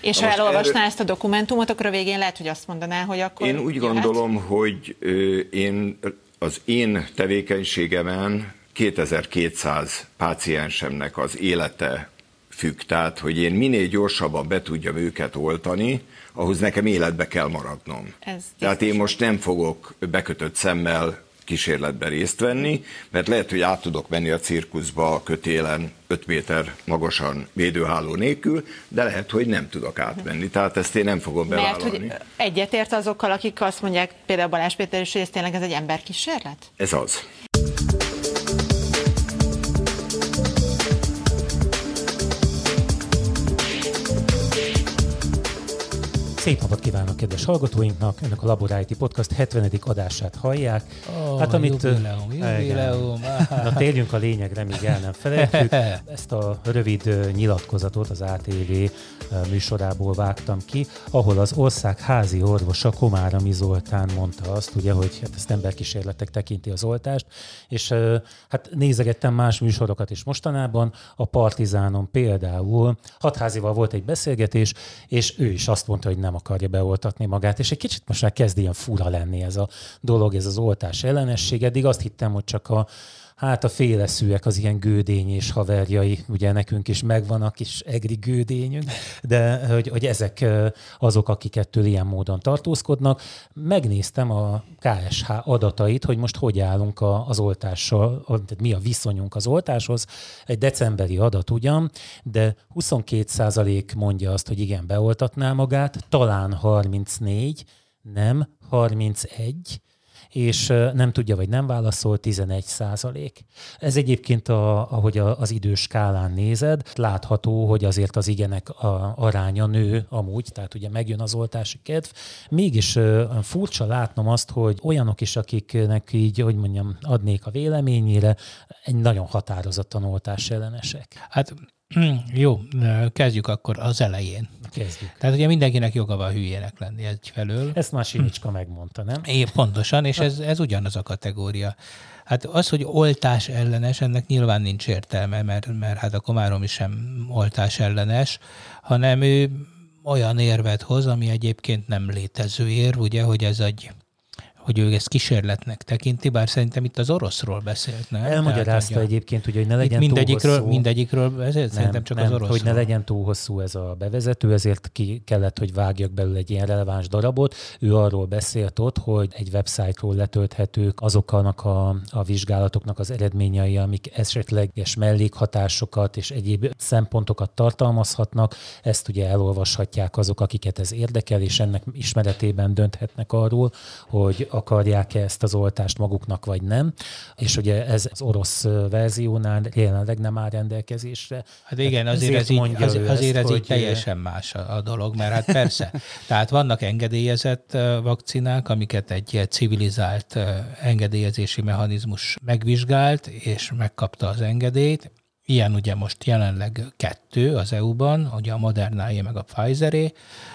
És ha elolvasná ezt a dokumentumot, akkor a végén lehet, hogy azt mondaná, hogy akkor én úgy gondolom, hogy az én tevékenységemen 2200 páciensemnek az élete függ. Tehát, hogy én minél gyorsabban be tudjam őket oltani, ahhoz nekem életbe kell maradnom. Tehát én most nem fogok bekötött szemmel kísérletben részt venni, mert lehet, hogy át tudok menni a cirkuszba a kötélen 5 méter magasan védőháló nélkül, de lehet, hogy nem tudok átmenni. Tehát ezt én nem fogom bevállalni. Mert hogy egyetért azokkal, akik azt mondják, például Balázs Péter is, hogy ez tényleg egy emberkísérlet? Ez az. Szép napot kívánok kedves hallgatóinknak! Önök a Labor IT Podcast 70. adását hallják. Jubileum. Na térjünk a lényegre, míg el nem felejtjük. Ezt a rövid nyilatkozatot az ATV műsorából vágtam ki, ahol az ország házi orvosa, Komárami Zoltán mondta azt, ugye, hogy hát ezt emberkísérletek tekinti az oltást, és hát nézegettem más műsorokat is mostanában, a Partizánon például Hatházival volt egy beszélgetés, és ő is azt mondta, hogy nem akarja beoltatni magát, és egy kicsit most már kezd ilyen fura lenni ez a dolog, ez az oltás ellenesség. Eddig azt hittem, hogy csak a féleszűek, az ilyen gődény és haverjai, ugye nekünk is megvan a kis egri gődényünk, de hogy ezek azok, akik ettől ilyen módon tartózkodnak. Megnéztem a KSH adatait, hogy most hogy állunk az oltással, tehát mi a viszonyunk az oltáshoz. Egy decemberi adat ugyan, de 22% mondja azt, hogy igen, beoltatná magát, talán 34, nem 31, és nem tudja, vagy nem válaszol, 11%. Ez egyébként, ahogy az idős skálán nézed, látható, hogy azért az igenek aránya nő amúgy, tehát ugye megjön az oltási kedv. Mégis furcsa látnom azt, hogy olyanok is, akiknek így, hogy mondjam, adnék a véleményére, egy nagyon határozottan oltás ellenesek. Hát jó, kezdjük akkor az elején. Kezdjük. Tehát ugye mindenkinek joga van hülyének lenni egyfelől. Ezt már Simicska megmondta, nem? Pontosan, és ez ugyanaz a kategória. Hát az, hogy oltás ellenes, ennek nyilván nincs értelme, mert hát a Komáromi sem oltás ellenes, hanem ő olyan érvet hoz, ami egyébként nem létező érv, ugye, hogy ő ezt kísérletnek tekinti, bár szerintem itt az oroszról beszélt, nem? Elmagyarázta egyébként, ugye, hogy ne legyen túl hosszú. Mindegyikről beszélt, szerintem csak az oroszról. Hogy ne legyen túl hosszú ez a bevezető, ezért ki kellett, hogy vágjak belőle egy ilyen releváns darabot. Ő arról beszélt ott, hogy egy websájtról letölthetők azoknak a vizsgálatoknak az eredményei, amik esetleges mellékhatásokat és egyéb szempontokat tartalmazhatnak. Ezt ugye elolvashatják azok, akiket ez érdekel, és ennek ismeretében dönthetnek arról, hogy akarják-e ezt az oltást maguknak, vagy nem. És ugye ez az orosz verziónál jelenleg nem áll rendelkezésre. Hát igen, azért ez így teljesen más a dolog, mert hát persze. Tehát vannak engedélyezett vakcinák, amiket egy civilizált engedélyezési mechanizmus megvizsgált, és megkapta az engedélyt. Ilyen ugye most jelenleg 2 az EU-ban, ugye a Modernáé meg a Pfizeré,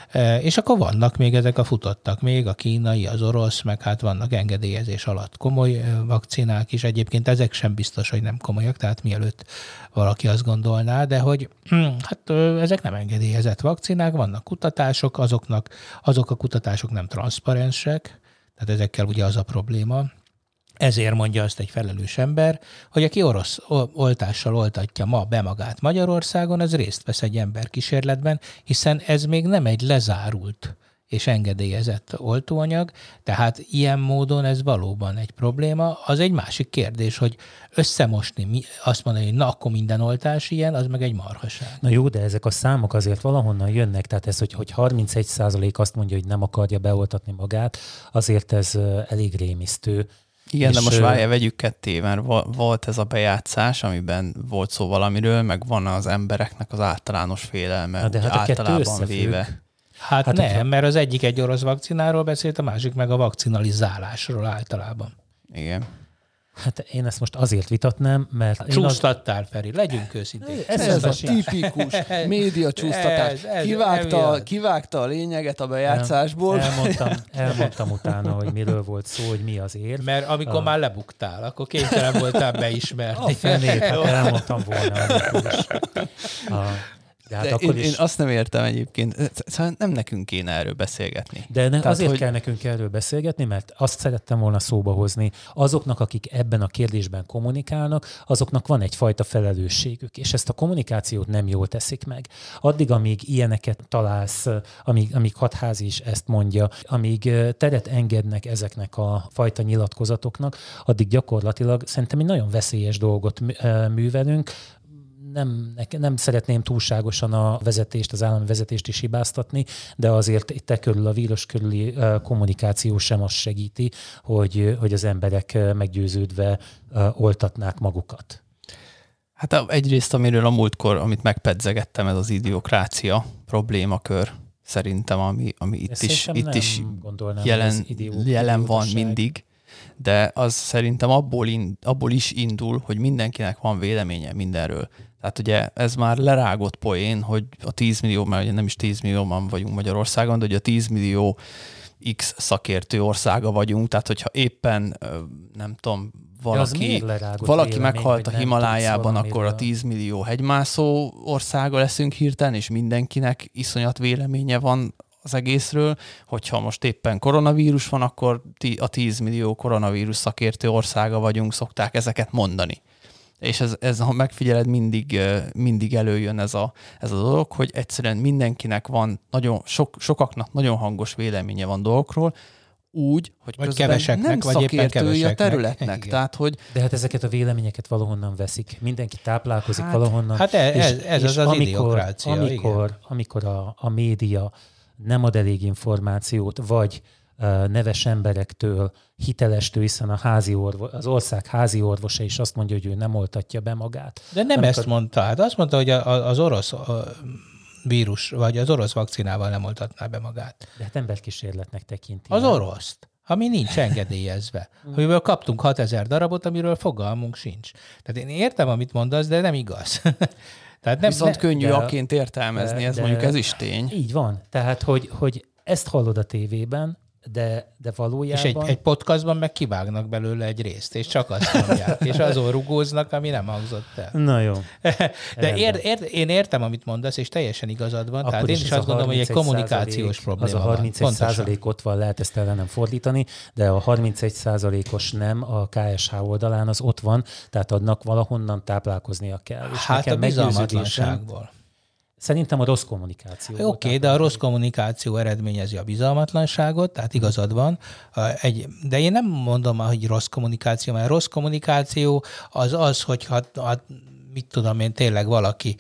és akkor vannak még ezek a futottak még, a kínai, az orosz, meg hát vannak engedélyezés alatt komoly vakcinák is. Egyébként ezek sem biztos, hogy nem komolyak, tehát mielőtt valaki azt gondolná, de hogy hát ezek nem engedélyezett vakcinák, vannak kutatások, azok a kutatások nem transzparensek, tehát ezekkel ugye az a probléma. Ezért mondja azt egy felelős ember, hogy aki orosz oltással oltatja ma be magát Magyarországon, az részt vesz egy emberkísérletben, hiszen ez még nem egy lezárult és engedélyezett oltóanyag, tehát ilyen módon ez valóban egy probléma. Az egy másik kérdés, hogy összemosni, azt mondani, hogy na, akkor minden oltás ilyen, az meg egy marhaság. Na jó, de ezek a számok azért valahonnan jönnek, tehát ez, hogy 31% azt mondja, hogy nem akarja beoltatni magát, azért ez elég rémisztő. Igen, de most várjál, vegyük ketté, mert volt ez a bejátszás, amiben volt szó valamiről, meg van az embereknek az általános félelme, de hát általában véve. Hát nem, mert az egyik egy orosz vakcináról beszélt, a másik meg a vakcinalizálásról általában. Igen. Hát én ezt most azért vitatnám, mert... Csúsztattál, Feri, legyünk őszinték. Ez a tipikus média csúsztatás. Kivágta a lényeget a bejátszásból. Elmondtam utána, hogy miről volt szó, hogy mi az érv. Mert amikor már lebuktál, akkor kénytelen voltál beismerni. A fenét, hát elmondtam volna. De hát akkor én azt nem értem egyébként. Szóval nem nekünk kéne erről beszélgetni. De azért kell nekünk erről beszélgetni, mert azt szerettem volna szóba hozni. Azoknak, akik ebben a kérdésben kommunikálnak, azoknak van egyfajta felelősségük, és ezt a kommunikációt nem jól teszik meg. Addig, amíg ilyeneket találsz, amíg Hatházi is ezt mondja, amíg teret engednek ezeknek a fajta nyilatkozatoknak, addig gyakorlatilag szerintem egy nagyon veszélyes dolgot művelünk. Nem szeretném túlságosan a vezetést, az állami vezetést is hibáztatni, de azért itt körül a vírus körüli kommunikáció sem azt segíti, hogy az emberek meggyőződve oltatnák magukat. Hát egyrészt, amiről a múltkor, amit megpedzegettem, ez az idiokrácia problémakör szerintem, ami itt is jelen van mindig. De az szerintem abból is indul, hogy mindenkinek van véleménye mindenről. Tehát ugye ez már lerágott poén, hogy a 10 millió, mert ugye nem is 10 millióan vagyunk Magyarországon, de ugye a 10 millió X szakértő országa vagyunk, tehát hogyha éppen, nem tudom, valaki meghalt a Himalájában, akkor a 10 millió hegymászó országa leszünk hirtelen, és mindenkinek iszonyat véleménye van az egészről, hogyha most éppen koronavírus van, akkor a 10 millió koronavírus szakértő országa vagyunk, szokták ezeket mondani. És ez ha megfigyeled, mindig előjön ez a dolog, hogy egyszerűen mindenkinek van, sokaknak nagyon hangos véleménye van dolgokról, úgy, hogy vagy keveseknek, nem vagy szakértői a területnek. Tehát, hogy... De hát ezeket a véleményeket valahonnan veszik. Mindenki táplálkozik valahonnan. Hát ez az idiokrácia. Amikor a média nem ad elég információt, vagy neves emberektől, hitelestől, hiszen az ország házi orvosa is azt mondja, hogy ő nem oltatja be magát. De nem ezt mondta. Hát azt mondta, hogy az orosz vírus, vagy az orosz vakcinával nem oltatná be magát. De hát emberkísérletnek tekinti. Az oroszt, ami nincs engedélyezve. Amiből kaptunk 6000 darabot, amiről fogalmunk sincs. Tehát én értem, amit mondasz, de nem igaz. Tehát viszont könnyű akként értelmezni, mondjuk ez is tény. Így van. Tehát, hogy ezt hallod a tévében, de valójában... És egy podcastban meg kivágnak belőle egy részt, és csak azt mondják, és azon rugóznak, ami nem hangzott el. Na jó. De én értem, amit mondasz, és teljesen igazad van. Akkor tehát én is azt gondolom, hogy egy kommunikációs probléma van. Az a 31% ott van, lehet ezt ellenem fordítani, de a 31%-os nem a KSH oldalán az ott van, tehát adnak valahonnan táplálkoznia kell. És hát a bizalmatlanságból. Szerintem a rossz kommunikáció. Oké, de a rossz kommunikáció eredményezi a bizalmatlanságot, tehát igazad van. De én nem mondom, hogy rossz kommunikáció, mert rossz kommunikáció az, hogy mit tudom én, tényleg valaki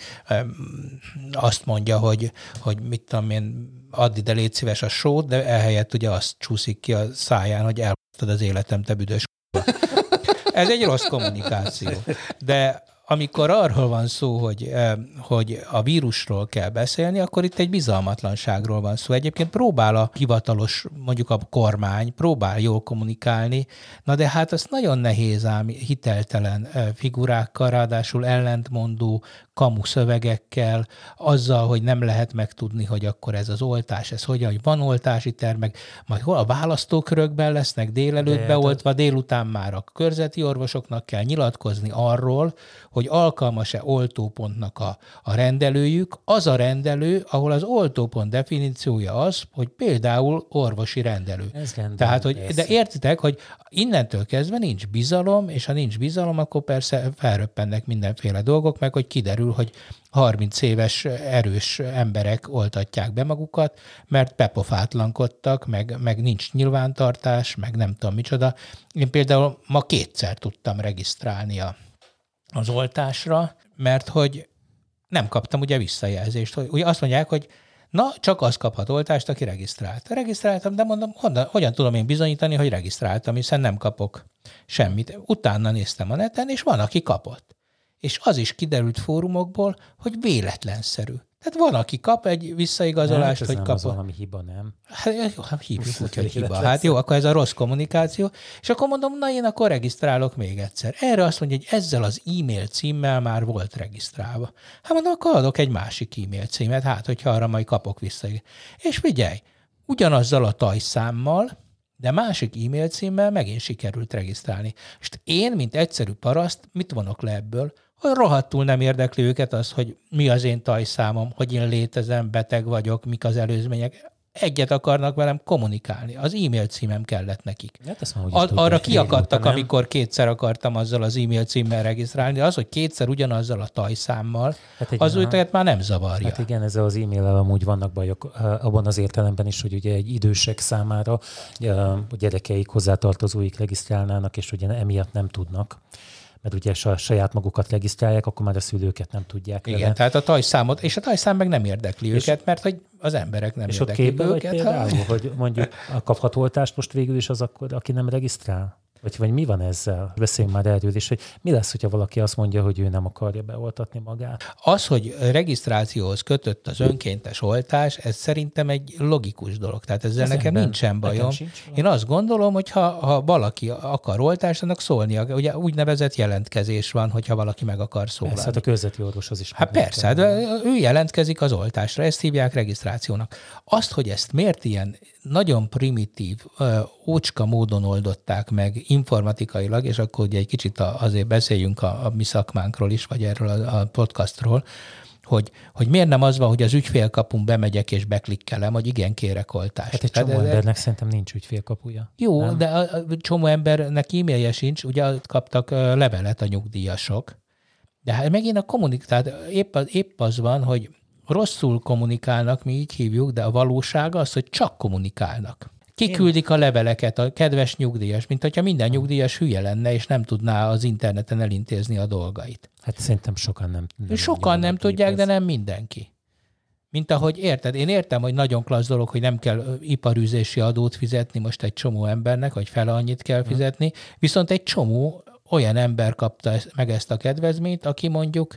azt mondja, hogy mit tudom én, add ide, légy szíves a sót, de ehelyett ugye azt csúszik ki a száján, hogy elhoztad az életem, te büdös. Ez egy rossz kommunikáció. De amikor arról van szó, hogy a vírusról kell beszélni, akkor itt egy bizalmatlanságról van szó. Egyébként próbál a hivatalos, mondjuk a kormány, próbál jól kommunikálni, na de hát az nagyon nehéz ám hiteltelen figurákkal, ráadásul ellentmondó kamu szövegekkel, azzal, hogy nem lehet megtudni, hogy akkor ez az oltás, ez hogyan, hogy van oltási termek, majd hol a választókörökben lesznek délelőtt beoltva, délután már a körzeti orvosoknak kell nyilatkozni arról, hogy alkalmas-e oltópontnak a rendelőjük, az a rendelő, ahol az oltópont definíciója az, hogy például orvosi rendelő. Tehát, de értitek, hogy innentől kezdve nincs bizalom, és ha nincs bizalom, akkor persze felröppennek mindenféle dolgok, meg hogy kiderül, hogy 30 éves erős emberek oltatják be magukat, mert bepofátlankodtak, meg nincs nyilvántartás, meg nem tudom micsoda. Én például ma 2-szer tudtam regisztrálni az oltásra, mert hogy nem kaptam ugye visszajelzést. Ugye azt mondják, hogy na, csak az kaphat oltást, aki regisztrált. Regisztráltam, de mondom, hogyan tudom én bizonyítani, hogy regisztráltam, hiszen nem kapok semmit. Utána néztem a neten, és van, aki kapott. És az is kiderült fórumokból, hogy véletlenszerű. Tehát van, aki kap egy visszaigazolást, hogy kapott. Ez nem valami hiba, nem? Hát hívjuk úgy, hogy hiba. Hát jó, akkor ez a rossz kommunikáció. És akkor mondom, na én akkor regisztrálok még egyszer. Erre azt mondja, hogy ezzel az e-mail címmel már volt regisztrálva. Hát mondom, akkor adok egy másik e-mail címet, hát hogyha arra majd kapok vissza. És figyelj, ugyanazzal a tajszámmal, de másik e-mail címmel megint sikerült regisztrálni. És én, mint egyszerű paraszt, mit vonok le ebből? rohadtul nem érdekli őket az, hogy mi az én tajszámom, hogy én létezem, beteg vagyok, mik az előzmények. Egyet akarnak velem kommunikálni. Az e-mail címem kellett nekik. Hát arra kiakadtak, amikor kétszer akartam azzal az e-mail címmel regisztrálni. Az, hogy kétszer ugyanazzal a tajszámmal, az őket már nem zavarja. Hát igen, ezzel az e-mail-el amúgy vannak bajok abban az értelemben is, hogy ugye egy idősek számára a gyerekeik, hozzátartozóik regisztrálnának, és ugye emiatt nem tudnak. Mert ugye saját magukat regisztrálják, akkor már a szülőket nem tudják. Igen, vele. Tehát a tajszámot, és a tajszám meg nem érdekli őket, mert hogy az emberek nem érdeklik őket. És például, hogy mondjuk kaphat oltást most végül is az akkor, aki nem regisztrál? Vagy mi van ezzel? Beszéljünk már erről is, hogy mi lesz, hogyha valaki azt mondja, hogy ő nem akarja beoltatni magát? Az, hogy regisztrációhoz kötött az önkéntes oltás, ez szerintem egy logikus dolog. Tehát ezzel nekem nincsen bajom. Én azt gondolom, hogy ha valaki akar oltást, annak szólnia. Ugye úgynevezett jelentkezés van, hogyha valaki meg akar szólni. Persze, hát a közveti orvos az is. Hát persze, hát ő jelentkezik az oltásra, ezt hívják regisztrációnak. Azt, hogy ezt miért ilyen nagyon primitív, ócska módon oldották meg informatikailag, és akkor ugye egy kicsit azért beszéljünk a mi szakmánkról is, vagy erről a podcastról, hogy miért nem az van, hogy az ügyfélkapun bemegyek és beklikkelem, hogy igen, kérek oltást. Hát egy csomó embernek szerintem nincs ügyfélkapuja. Jó, nem? De a csomó embernek e-mailje sincs, ugye kaptak levelet a nyugdíjasok, de hát megint a tehát épp az van, hogy rosszul kommunikálnak, mi így hívjuk, de a valóság az, hogy csak kommunikálnak. Kiküldik a leveleket a kedves nyugdíjas, mint hogyha minden nyugdíjas hülye lenne, és nem tudná az interneten elintézni a dolgait. Hát szerintem sokan nem sokan nem tudják, de nem mindenki. Mint ahogy érted, én értem, hogy nagyon klassz dolog, hogy nem kell iparűzési adót fizetni most egy csomó embernek, vagy fele annyit kell fizetni, viszont egy csomó olyan ember kapta meg ezt a kedvezményt, aki mondjuk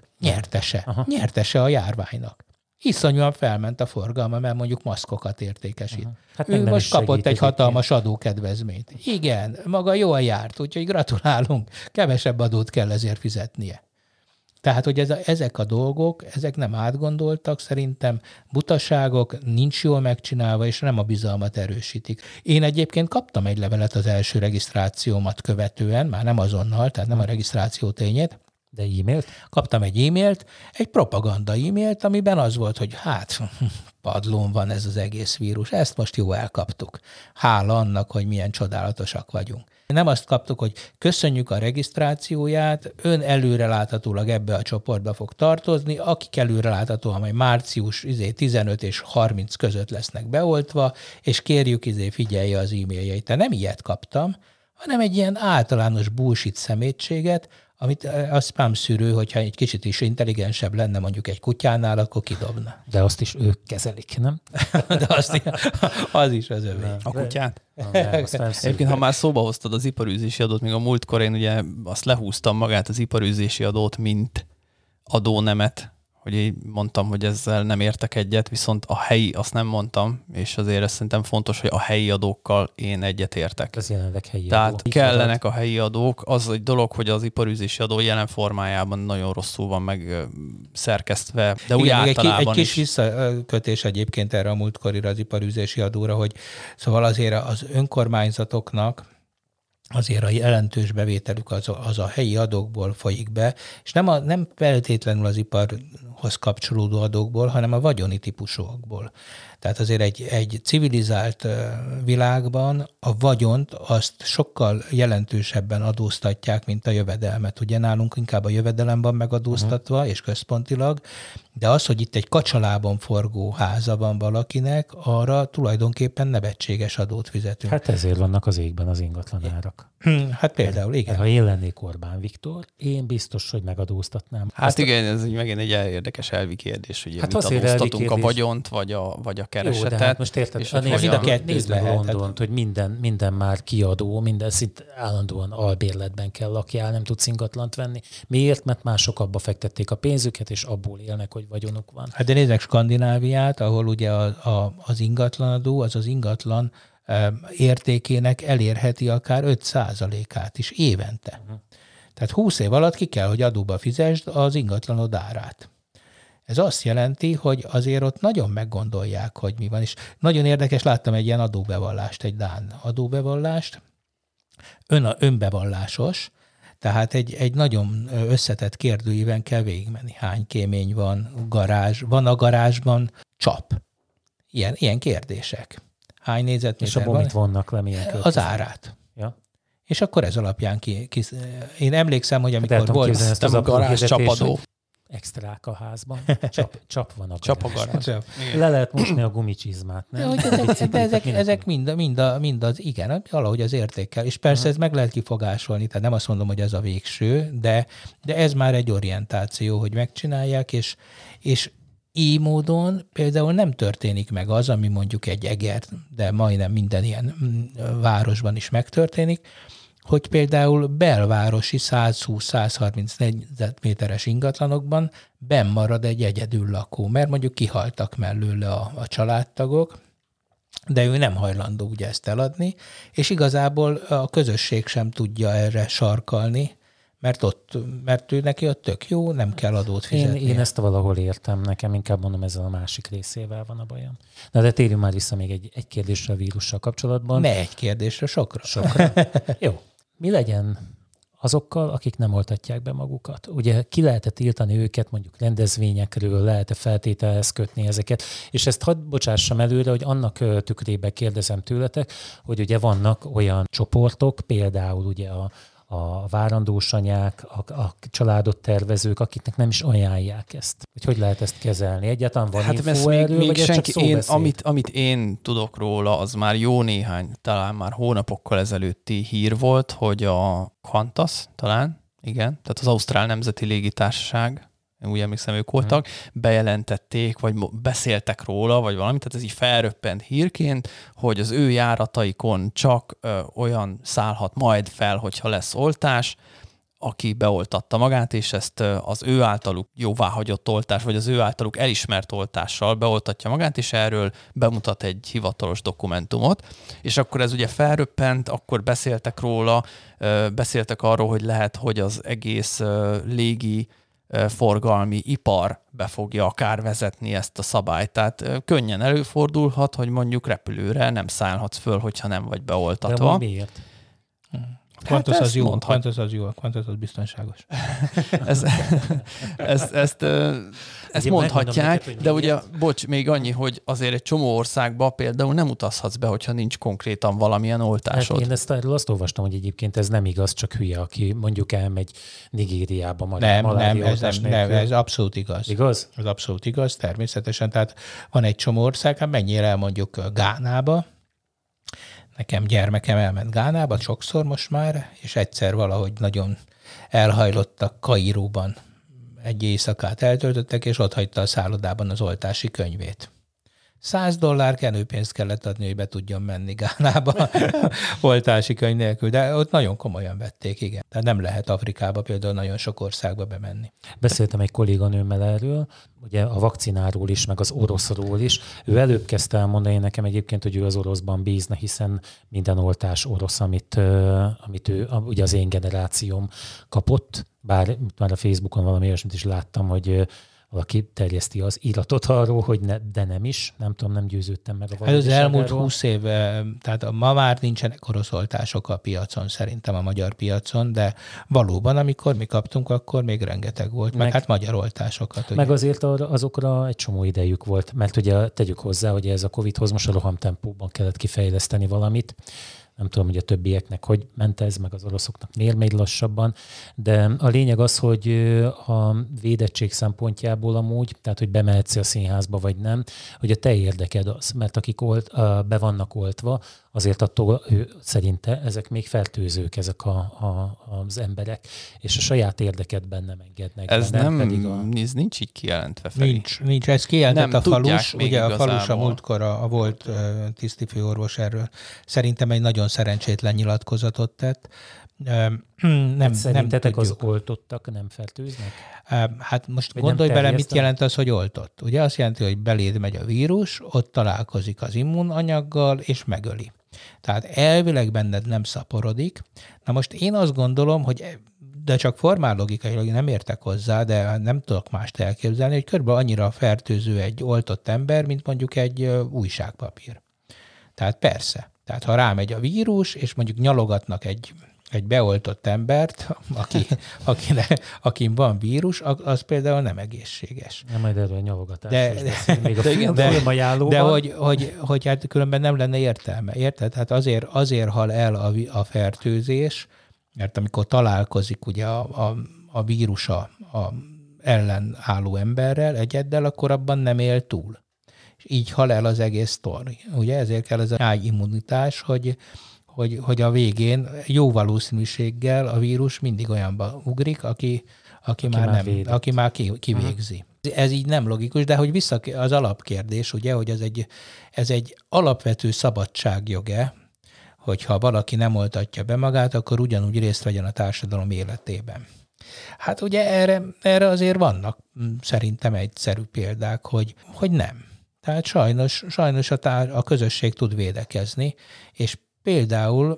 nyertese a járványnak. Iszonyúan felment a forgalma, mert mondjuk maszkokat értékesít. Hát ő most kapott egy hatalmas adókedvezményt. Igen, maga jól járt, úgyhogy gratulálunk, kevesebb adót kell ezért fizetnie. Tehát, hogy ezek a dolgok, ezek nem átgondoltak, szerintem butaságok, nincs jól megcsinálva, és nem a bizalmat erősítik. Én egyébként kaptam egy levelet az első regisztrációmat követően, már nem azonnal, tehát nem a regisztráció tényét, de e-mailt? Kaptam egy e-mailt, egy propaganda e-mailt, amiben az volt, hogy hát padlón van ez az egész vírus, ezt most jó elkaptuk. Hála annak, hogy milyen csodálatosak vagyunk. Nem azt kaptuk, hogy köszönjük a regisztrációját, ön előreláthatólag ebbe a csoportba fog tartozni, akik előreláthatóan majd március 15 és 30 között lesznek beoltva, és kérjük figyelje az e-mailjeit. Tehát nem ilyet kaptam, hanem egy ilyen általános bullshit szemétséget, amit a spam szűrő, hogyha egy kicsit is intelligensebb lenne mondjuk egy kutyánál, akkor kidobna. De azt is ők kezelik, nem? De az is az övé. A kutyát? Egyébként, ha már szóba hoztad az iparűzési adót, még a múltkor én ugye azt lehúztam magát az iparűzési adót, mint adónemet, hogy én mondtam, hogy ezzel nem értek egyet, viszont a helyi, azt nem mondtam, és azért szerintem fontos, hogy a helyi adókkal én egyet értek. Ez jelenleg helyi Tehát adó. kellenek a helyi adók. Az egy dolog, hogy az iparűzési adó jelen formájában nagyon rosszul van meg szerkesztve, de úgy általában egy kis visszakötés egyébként erre a múltkorira az iparűzési adóra, hogy szóval azért az önkormányzatoknak azért a jelentős bevételük az a helyi adókból folyik be, és nem feltétlenül az iparhoz kapcsolódó adókból, hanem a vagyoni típusokból. Tehát azért egy civilizált világban a vagyont azt sokkal jelentősebben adóztatják, mint a jövedelmet. Ugye nálunk inkább a jövedelem van megadóztatva, és központilag, de az, hogy itt egy kacsalában forgó háza van valakinek, arra tulajdonképpen nevetséges adót fizetünk. Hát ezért vannak az égben az ingatlanárak. Hát például, igen. Ha én lennék Orbán Viktor, én biztos, hogy megadóztatnám. Hát igen, ez megint egy érdekes elvi kérdés, hogy hát mit adóztatunk, a vagyont, vagy a keresetet. Jó, de hát most érted, nézd meg Londont, hogy minden már kiadó, minden szint állandóan albérletben kell lakjál, nem tudsz ingatlant venni. Miért? Mert mások abba fektették a pénzüket, és abból élnek, hogy vagyonuk van. Hát de nézzek Skandináviát, ahol ugye az ingatlanadó, az ingatlan értékének elérheti akár 5%-át is évente. Tehát 20 év alatt ki kell, hogy adóba fizesd az ingatlanod árát. Ez azt jelenti, hogy azért ott nagyon meggondolják, hogy mi van. És nagyon érdekes, láttam egy ilyen adóbevallást, egy dán adóbevallást, önbevallásos, Tehát egy nagyon összetett kérdőíven kell végigmenni. Hány kémény van, garázs, van a garázsban csap. Ilyen kérdések. Hány négyzetméter és abból mit vonnak le, milyen az árát. Ja. És akkor ez alapján én emlékszem, hogy amikor volt ezt a garázs csapadó. Extrák a házban. Csap van a Csap a garázs. Le lehet mosni a gumicsizmát, nem? De ezek mind az, igen, valahogy az értékkel. És persze ez meg lehet kifogásolni, tehát nem azt mondom, hogy ez a végső, de ez már egy orientáció, hogy megcsinálják, és így módon például nem történik meg az, ami mondjuk egy Eger, de majdnem minden ilyen városban is megtörténik, hogy például belvárosi 120-130 négyzetméteres ingatlanokban benn marad egy egyedül lakó, mert mondjuk kihaltak mellőle a családtagok, de ő nem hajlandó ugye ezt eladni, és igazából a közösség sem tudja erre sarkalni, mert ő neki ott tök jó, nem kell adót fizetni. Én ezt valahol értem, nekem inkább mondom, ezzel a másik részével van a bajom. Na de térjünk már vissza még egy kérdésre a vírussal kapcsolatban. Ne egy kérdésre, sokra. Jó. Mi legyen azokkal, akik nem oltatják be magukat? Ugye ki lehet-e tiltani őket mondjuk rendezvényekről, lehet-e feltételhez kötni ezeket? És ezt hadd bocsássam előre, hogy annak tükrébe kérdezem tőletek, hogy ugye vannak olyan csoportok, például ugye a várandós anyák, a családot tervezők, akiknek nem is ajánlják ezt. Hogy lehet ezt kezelni? Egyáltalán van info erről, még vagy senki, csak szóbeszéd? amit én tudok róla, az már jó néhány, talán már hónapokkal ezelőtti hír volt, hogy a Qantas talán, igen, tehát az Ausztrál Nemzeti Légitársaság, úgy emlékszem, ők voltak, bejelentették, vagy beszéltek róla, vagy valami, tehát ez így felröppent hírként, hogy az ő járataikon csak olyan szállhat majd fel, hogyha lesz oltás, aki beoltatta magát, és ezt az ő általuk jóváhagyott oltás, vagy az ő általuk elismert oltással beoltatja magát, és erről bemutat egy hivatalos dokumentumot. És akkor ez ugye felröppent, akkor beszéltek róla, beszéltek arról, hogy lehet, hogy az egész légi forgalmi ipar be fogja akár vezetni ezt a szabályt. Tehát könnyen előfordulhat, hogy mondjuk repülőre nem szállhatsz föl, hogyha nem vagy beoltatva. De miért? Qantas az jó, Qantas az jó, Qantas az biztonságos. Ezt mondhatják, de ugye, bocs, még annyi, hogy azért egy csomó országban például nem utazhatsz be, hogyha nincs konkrétan valamilyen oltásod. Hát én erről azt olvastam, hogy egyébként ez nem igaz, csak hülye, aki mondjuk elmegy Nigériába. Ez abszolút igaz. Igaz? Ez abszolút igaz, természetesen. Tehát van egy csomó ország, hát menjél el mondjuk Gánába. Nekem gyermekem elment Gánába sokszor most már, és egyszer valahogy nagyon elhajlottak Kairóban. Egy éjszakát eltöltöttek, és ott hagyta a szállodában az oltási könyvét. $100 kenőpénzt kellett adni, hogy be tudjon menni Gánába oltási könyv nélkül, de ott nagyon komolyan vették, igen. Tehát nem lehet Afrikába például nagyon sok országba bemenni. Beszéltem egy kolléganőmmel erről, ugye a vakcináról is, meg az oroszról is. Ő előbb kezdte elmondani nekem egyébként, hogy ő az oroszban bízna, hiszen minden oltás orosz, amit ő, ugye az én generációm kapott, bár már a Facebookon valami olyasmit is láttam, hogy valaki terjeszti az iratot arról, hogy de nem is. Nem tudom, nem győződtem meg a valóságáról. Az elmúlt 20 év, tehát ma már nincsenek orosz oltások a piacon, szerintem a magyar piacon, de valóban, amikor mi kaptunk, akkor még rengeteg volt, meg hát magyar oltásokat. Ugye. Meg azért azokra egy csomó idejük volt, mert ugye tegyük hozzá, hogy ez a Covid-hoz most a rohamtempóban kellett kifejleszteni valamit. Nem tudom, hogy a többieknek hogy ment ez, meg az oroszoknak miért megy lassabban, de a lényeg az, hogy a védettség szempontjából amúgy, tehát hogy bemehetsz a színházba vagy nem, hogy a te érdeked az, mert akik be vannak oltva, azért attól szerinte ezek még fertőzők, ezek az emberek, és a saját érdekedben nem engednek. Ez ez nincs így kijelentve felé. Nincs, ez kijelentett a falus, ugye a falus a múltkor a volt tisztifőorvos erről. Szerintem egy nagyon szerencsétlen nyilatkozatot tett. Szerintetek az oltottak nem fertőznek? Hát most gondolj bele, mit jelent az, hogy oltott. Ugye azt jelenti, hogy beléd megy a vírus, ott találkozik az immunanyaggal, és megöli. Tehát elvileg benned nem szaporodik. Na most én azt gondolom, hogy de csak formál logikailag nem értek hozzá, de nem tudok mást elképzelni, hogy körülbelül annyira fertőző egy oltott ember, mint mondjuk egy újságpapír. Tehát persze. Tehát ha rámegy a vírus, és mondjuk nyalogatnak egy egy beoltott embert, akin van vírus, az például nem egészséges. Nem, majd erről nyalogatás. Még a filmajánlóban. De hogy hát különben nem lenne értelme. Érted? Hát azért hal el a fertőzés, mert amikor találkozik ugye a vírus a ellen álló emberrel, egyeddel, akkor abban nem él túl. És így hal el az egész sztori. Ugye ezért kell ez a nyájimmunitás, hogy a végén jó valószínűséggel a vírus mindig olyanba ugrik, aki már kivégzi. Ez így nem logikus, de hogy vissza az alapkérdés, ugye, hogy ez egy alapvető szabadságjog-e, hogyha valaki nem oltatja be magát, akkor ugyanúgy részt vegyen a társadalom életében. Hát ugye erre azért vannak szerintem egyszerű példák, hogy nem. Tehát sajnos a közösség tud védekezni, és például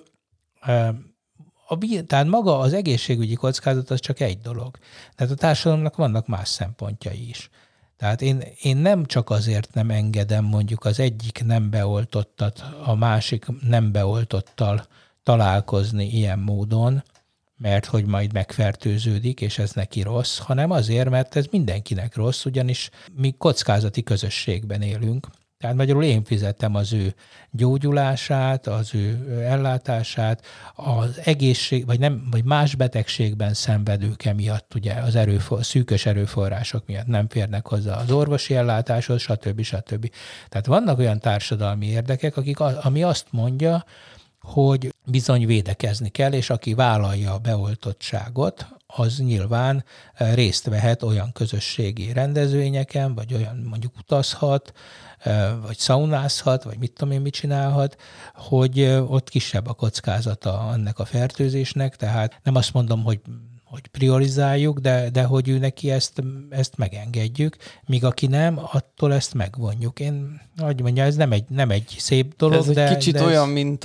tehát maga az egészségügyi kockázat az csak egy dolog. Tehát a társadalomnak vannak más szempontjai is. Tehát én nem csak azért nem engedem mondjuk az egyik nem beoltottat a másik nem beoltottal találkozni ilyen módon, mert hogy majd megfertőződik, és ez neki rossz, hanem azért, mert ez mindenkinek rossz, ugyanis mi kockázati közösségben élünk. Tehát magyarul én fizettem az ő gyógyulását, az ő ellátását, az egészség, vagy más betegségben szenvedők emiatt, ugye az szűkös erőforrások miatt nem férnek hozzá az orvosi ellátáshoz, stb. Tehát vannak olyan társadalmi érdekek, ami azt mondja, hogy bizony védekezni kell, és aki vállalja a beoltottságot, az nyilván részt vehet olyan közösségi rendezvényeken, vagy olyan mondjuk utazhat, vagy szaunázhat, vagy mit tudom én, mit csinálhat, hogy ott kisebb a kockázata ennek a fertőzésnek, tehát nem azt mondom, hogy priorizáljuk, de hogy ő neki ezt megengedjük, míg aki nem, attól ezt megvonjuk. Én, ahogy mondja, ez nem egy szép dolog, ez egy kicsit olyan, mint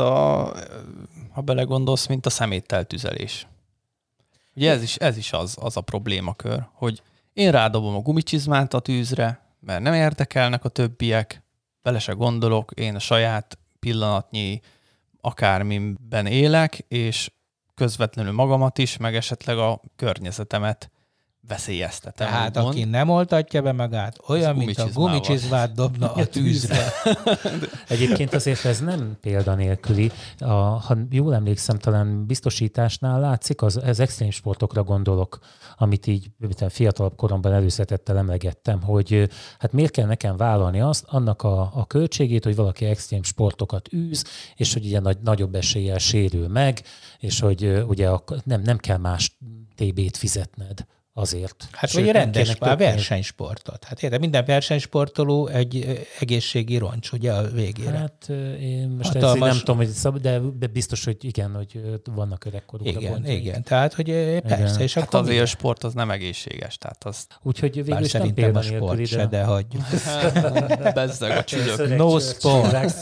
ha belegondolsz, mint a szemétteltüzelés. Ugye ez is az a problémakör, hogy én rádobom a gumicsizmát a tűzre, mert nem érdekelnek a többiek, bele se gondolok, én a saját pillanatnyi akármiben élek, és közvetlenül magamat is, meg esetleg a környezetemet veszélyeztetem. Tehát aki nem oltatja be magát, olyan, mint a gumicsizmát dobna a tűzre. Egyébként azért ez nem példanélküli. Ha jól emlékszem, talán biztosításnál látszik, az extrém sportokra gondolok, amit így fiatalabb koromban előzetettel emlegettem, hogy hát miért kell nekem vállalni annak a költségét, hogy valaki extrém sportokat űz, és hogy ugye nagyobb eséllyel sérül meg, és hogy ugye nem kell más TB-t fizetned. Azért. Hát vagy rendes versenysportot. Hát érde, minden versenysportoló egy egészségi roncs, ugye a végére. Hát én most ezt nem tudom, hogy de biztos, hogy igen, hogy vannak öregkorúra. Igen, tehát hogy persze. Igen. És hát azért a sport az nem egészséges. Tehát az... Úgyhogy végül is nem példanélküli, de hagyjuk. Bezzeg a csülök. No sport.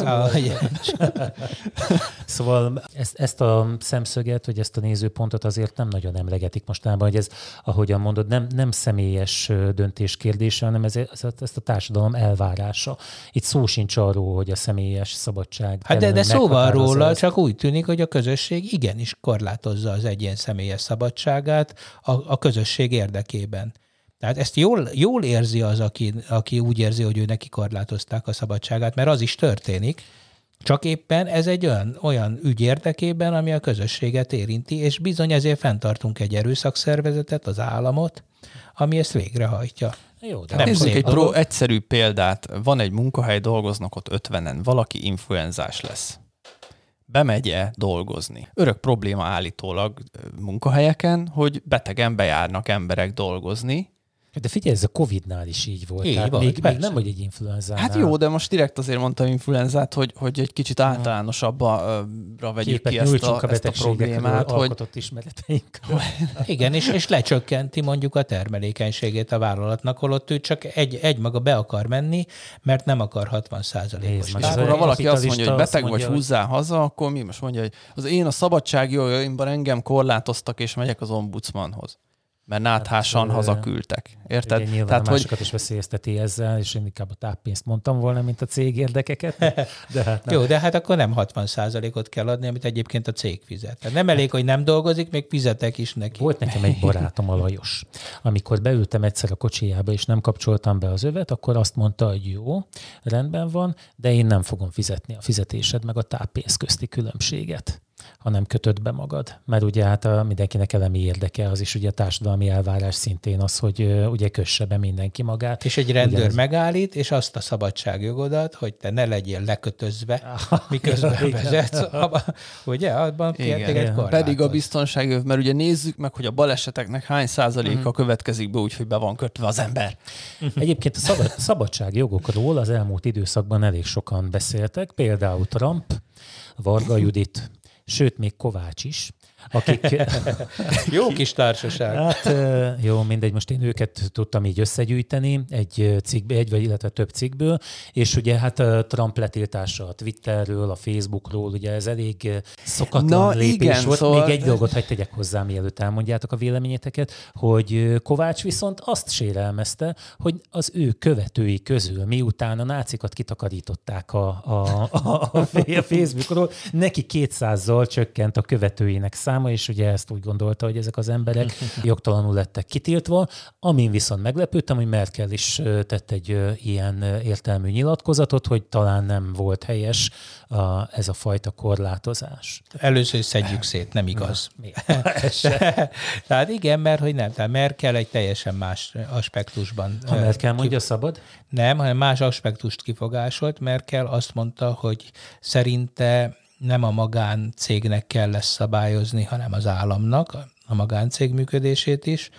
Szóval ezt a szemszöget, vagy ezt a nézőpontot azért nem nagyon emlegetik mostában, hogy ez, ahogyan mondod, nem személyes döntés kérdése, hanem ezt a társadalom elvárása. Itt szó sincs arról, hogy a személyes szabadság... Hát de szóval róla csak úgy tűnik, hogy a közösség igenis korlátozza az egyén személyes szabadságát a közösség érdekében. Tehát ezt jól érzi az, aki úgy érzi, hogy ő neki korlátozták a szabadságát, mert az is történik. Csak éppen ez egy olyan ügy érdekében, ami a közösséget érinti, és bizony ezért fenntartunk egy erőszakszervezetet, az államot, ami ezt végrehajtja. Jó, de nézzük egy egyszerű példát. Van egy munkahely, dolgoznak ott 50-en, valaki influenzás lesz. Bemegy-e dolgozni? Örök probléma állítólag munkahelyeken, hogy betegen bejárnak emberek dolgozni. De figyelj, ez a Covid-nál is így volt. Még nem vagy egy influenzánál. Hát jó, de most direkt azért mondtam influenzát, hogy egy kicsit általánosabbra vegyük ki ezt a problémát. Alkotott ismereteink. Igen, és lecsökkenti mondjuk a termelékenységét a vállalatnak, holott ő csak egy maga be akar menni, mert nem akar 60%-os. Ha valaki azt mondja, hogy beteg vagy, húzzál haza, akkor mi most mondja, hogy az én a szabadságjogaimban engem korlátoztak, és megyek az ombudsmanhoz. mert náthásan hazaküldtek. Érted? Ugye nyilván a másokat is veszélyezteti ezzel, és én inkább a táppénzt mondtam volna, mint a cég érdekeket. De hát nem. Jó, de hát akkor nem 60%-ot kell adni, amit egyébként a cég fizet. Tehát nem elég, hogy nem dolgozik, még fizetek is neki. Volt nekem egy barátom, a Lajos. Amikor beültem egyszer a kocsijába, és nem kapcsoltam be az övet, akkor azt mondta, hogy jó, rendben van, de én nem fogom fizetni a fizetésed meg a táppénz közti különbséget, hanem kötöd be magad. Mert ugye hát mindenkinek elemi érdeke, az is ugye a társadalmi elvárás szintén az, hogy ugye kösse be mindenki magát. És egy rendőr megállít, és azt a szabadságjogodat, hogy te ne legyél lekötözve, miközben vezetsz. Ugye? Abban kérték pedig a biztonságöv, mert ugye nézzük meg, hogy a baleseteknek hány százaléka következik be úgy, hogy be van kötve az ember. Egyébként a szabadságjogokról az elmúlt időszakban elég sokan beszéltek, például Trump, Varga Judit, sőt, még Kovács is, akik... Jó kis társaság. Hát jó, mindegy, most én őket tudtam így összegyűjteni egy cikkbe, illetve több cikkből, és ugye hát Trump letiltása a Twitterről, a Facebookról, ugye ez elég szokatlan lépés igen, volt. Szóval... Még egy dolgot hadd tegyek hozzá, mielőtt elmondjátok a véleményeteket, hogy Kovács viszont azt sérelmezte, hogy az ő követői közül, miután a nácikat kitakarították a Facebookról, neki 200-zal csökkent a követőinek száma, és ugye ezt úgy gondolta, hogy ezek az emberek jogtalanul lettek kitiltva. Amin viszont meglepődtem, hogy Merkel is tett egy ilyen értelmű nyilatkozatot, hogy talán nem volt helyes ez a fajta korlátozás. Először is szedjük szét, nem igaz. Tehát igen, mert hogy nem. Tehát Merkel egy teljesen más aspektusban. Ha Merkel mondja, szabad? Nem, hanem más aspektust kifogásolt. Merkel azt mondta, hogy szerinte nem a magáncégnek kell lesz szabályozni, hanem az államnak, a magáncég működését is.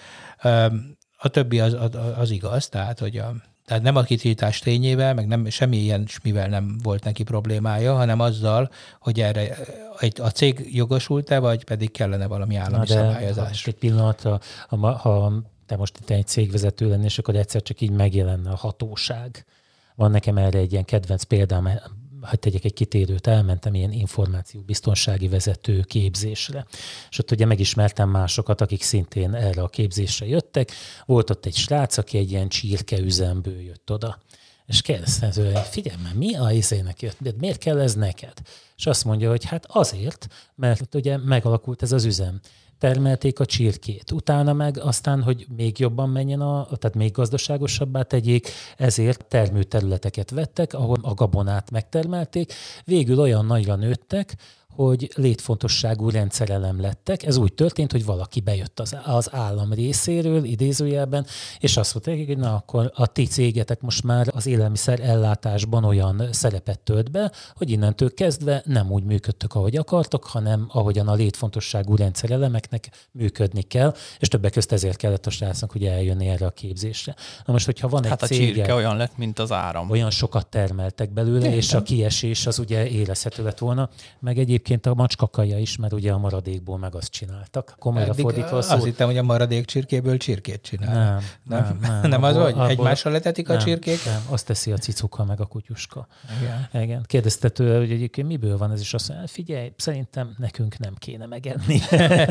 A többi az igaz, tehát, tehát nem a kitiltás tényével, meg nem, semmi ilyen, mivel nem volt neki problémája, hanem azzal, hogy erre a cég jogosult-e, vagy pedig kellene valami állami szabályozás. Egy pillanatra, ha te most itt egy cégvezető lennél, és akkor egyszer csak így megjelenne a hatóság. Van nekem erre egy ilyen kedvenc példám, hogy tegyek egy kitérőt, elmentem ilyen információbiztonsági vezető képzésre. És ott ugye megismertem másokat, akik szintén erre a képzésre jöttek. Volt ott egy srác, aki egy ilyen csirkeüzemből jött oda. És kérdeztem tőle, hogy figyelj már, mi a izének jött? De miért kell ez neked? És azt mondja, hogy hát azért, mert ugye megalakult ez az üzem. Termelték a csirkét. Utána meg aztán, hogy még jobban menjen, tehát még gazdaságosabbá tegyék, ezért termőterületeket vettek, ahol a gabonát megtermelték. Végül olyan nagyra nőttek, hogy létfontosságú rendszerelem lettek. Ez úgy történt, hogy valaki bejött az állam részéről, idézőjelben, és azt mondták, hogy na akkor a ti cégetek most már az élelmiszer ellátásban olyan szerepet tölt be, hogy innentől kezdve nem úgy működtök, ahogy akartok, hanem ahogyan a létfontosságú rendszerelemeknek működni kell, és többek közt ezért kellett a srácnak, hogy eljönni erre a képzésre. Na most, hogyha van egy cége, a csirke olyan lett, mint az áram. Olyan sokat termeltek belőle, és a kiesés az ugye érezhető lett volna, meg egyébként a macskakaja is, mert ugye a maradékból meg azt csináltak. Komolyra fordítva a szót. Azt hittem, hogy a maradék csirkéből csirkét csinál. Nem az, hogy egymással letetik a csirkék? Nem, azt teszi a cicuka meg a kutyuska. Igen. Kérdezte tőle, hogy egyébként miből van ez, és azt mondja, figyelj, szerintem nekünk nem kéne megenni.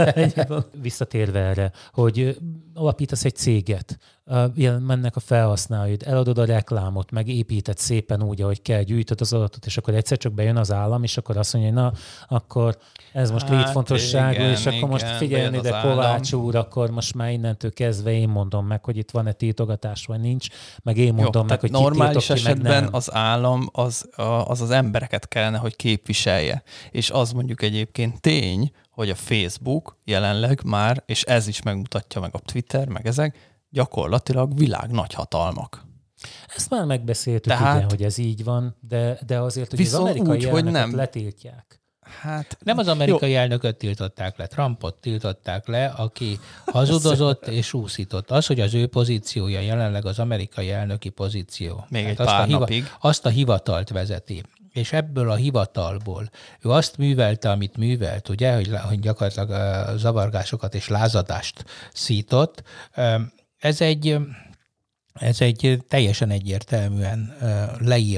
Visszatérve erre, hogy alapítasz egy céget, mennek a felhasználóid, eladod a reklámot, megépíted szépen úgy, ahogy kell, gyűjtöd az adatot, és akkor egyszer csak bejön az állam, és akkor azt mondja, hogy na, akkor ez most létfontosságú, és akkor most figyeljen ide Kovács úr, akkor most már innentől kezdve én mondom meg, hogy itt van-e tiltogatás, vagy nincs, meg én mondom meg, hogy normális esetben az állam az embereket kellene, hogy képviselje. És az mondjuk egyébként tény, hogy a Facebook jelenleg már, és ez is megmutatja meg a Twitter, meg ezek, gyakorlatilag világ nagyhatalmak. Ezt már megbeszéltük, igen, hogy ez így van, de azért, hogy az amerikai elnököt letiltják. Hát, nem az amerikai elnököt tiltották le, Trumpot tiltották le, aki hazudozott és úszított. Az, hogy az ő pozíciója jelenleg az amerikai elnöki pozíció. Még egy pár napig. Azt a hivatalt vezeti. És ebből a hivatalból ő azt művelte, amit művelt, ugye, hogy gyakorlatilag zavargásokat és lázadást szított. Ez egy teljesen egyértelműen leírt,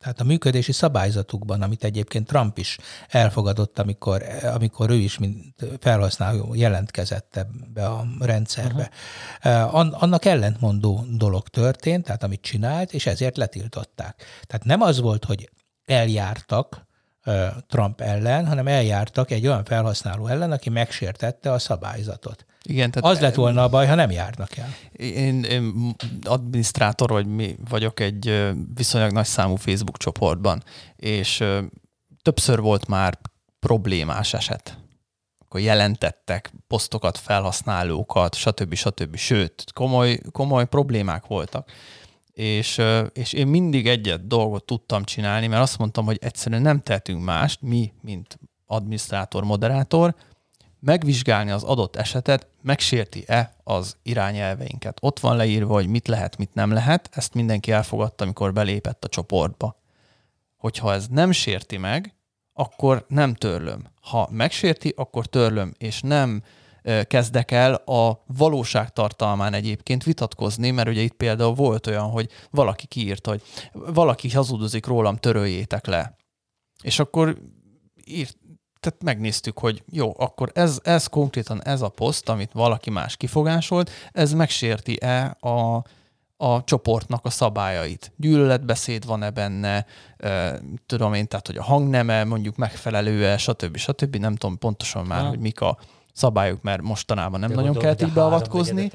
Tehát a működési szabályzatukban, amit egyébként Trump is elfogadott, amikor ő is mint felhasználó jelentkezett ebbe a rendszerbe. Annak ellentmondó dolog történt, tehát amit csinált, és ezért letiltották. Tehát nem az volt, hogy eljártak Trump ellen, hanem eljártak egy olyan felhasználó ellen, aki megsértette a szabályzatot. Igen, tehát az lett volna a baj, ha nem járnak el. Én adminisztrátor vagyok egy viszonylag nagy számú Facebook csoportban, és többször volt már problémás eset. Akkor jelentettek posztokat, felhasználókat, stb. Sőt, komoly problémák voltak. És én mindig egyet dolgot tudtam csinálni, mert azt mondtam, hogy egyszerűen nem tehetünk mást, mi, mint adminisztrátor, moderátor, megvizsgálni az adott esetet, megsérti-e az irányelveinket. Ott van leírva, hogy mit lehet, mit nem lehet, ezt mindenki elfogadta, amikor belépett a csoportba. Hogyha ez nem sérti meg, akkor nem törlöm. Ha megsérti, akkor törlöm, és nem kezdek el a valóság tartalmán egyébként vitatkozni, mert ugye itt például volt olyan, hogy valaki kiírta, hogy valaki hazudozik rólam, töröljétek le. És akkor tehát megnéztük, hogy jó, akkor ez konkrétan ez a poszt, amit valaki más kifogásolt, ez megsérti-e a csoportnak a szabályait. Gyűlöletbeszéd van-e benne, tudom én, tehát hogy a hangneme mondjuk megfelelő-e, stb. Nem tudom pontosan már, hogy mik a szabályok, mert mostanában nem nagyon kellett így beavatkozni.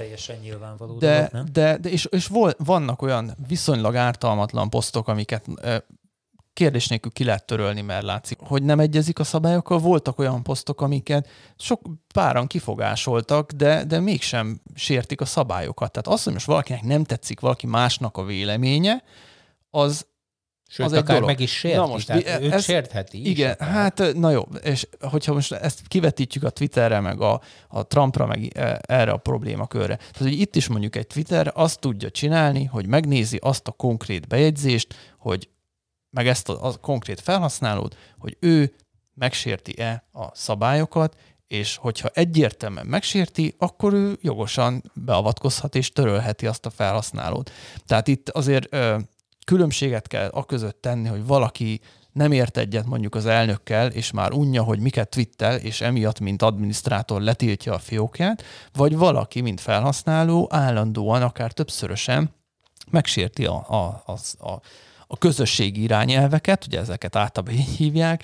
És vannak olyan viszonylag ártalmatlan posztok, amiket kérdés nélkül ki lehet törölni, mert látszik, hogy nem egyezik a szabályokkal. Voltak olyan posztok, amiket sok páran kifogásoltak, de mégsem sértik a szabályokat. Tehát azt, hogy most valakinek nem tetszik valaki másnak a véleménye, az sőt, az akár egy dolog. Meg is sérti, most, tehát őt sértheti is. Igen, hát na jó, és hogyha most ezt kivetítjük a Twitterre, meg a Trumpra, meg erre a problémakörre. Tehát, hogy itt is mondjuk egy Twitter azt tudja csinálni, hogy megnézi azt a konkrét bejegyzést, hogy meg ezt a konkrét felhasználót, hogy ő megsérti-e a szabályokat, és hogyha egyértelműen megsérti, akkor ő jogosan beavatkozhat és törölheti azt a felhasználót. Tehát itt azért különbséget kell aközött tenni, hogy valaki nem ért egyet mondjuk az elnökkel, és már unja, hogy miket twittel, és emiatt, mint adminisztrátor letiltja a fiókját, vagy valaki, mint felhasználó, állandóan, akár többszörösen megsérti a közösségi irányelveket, ugye ezeket általában így hívják,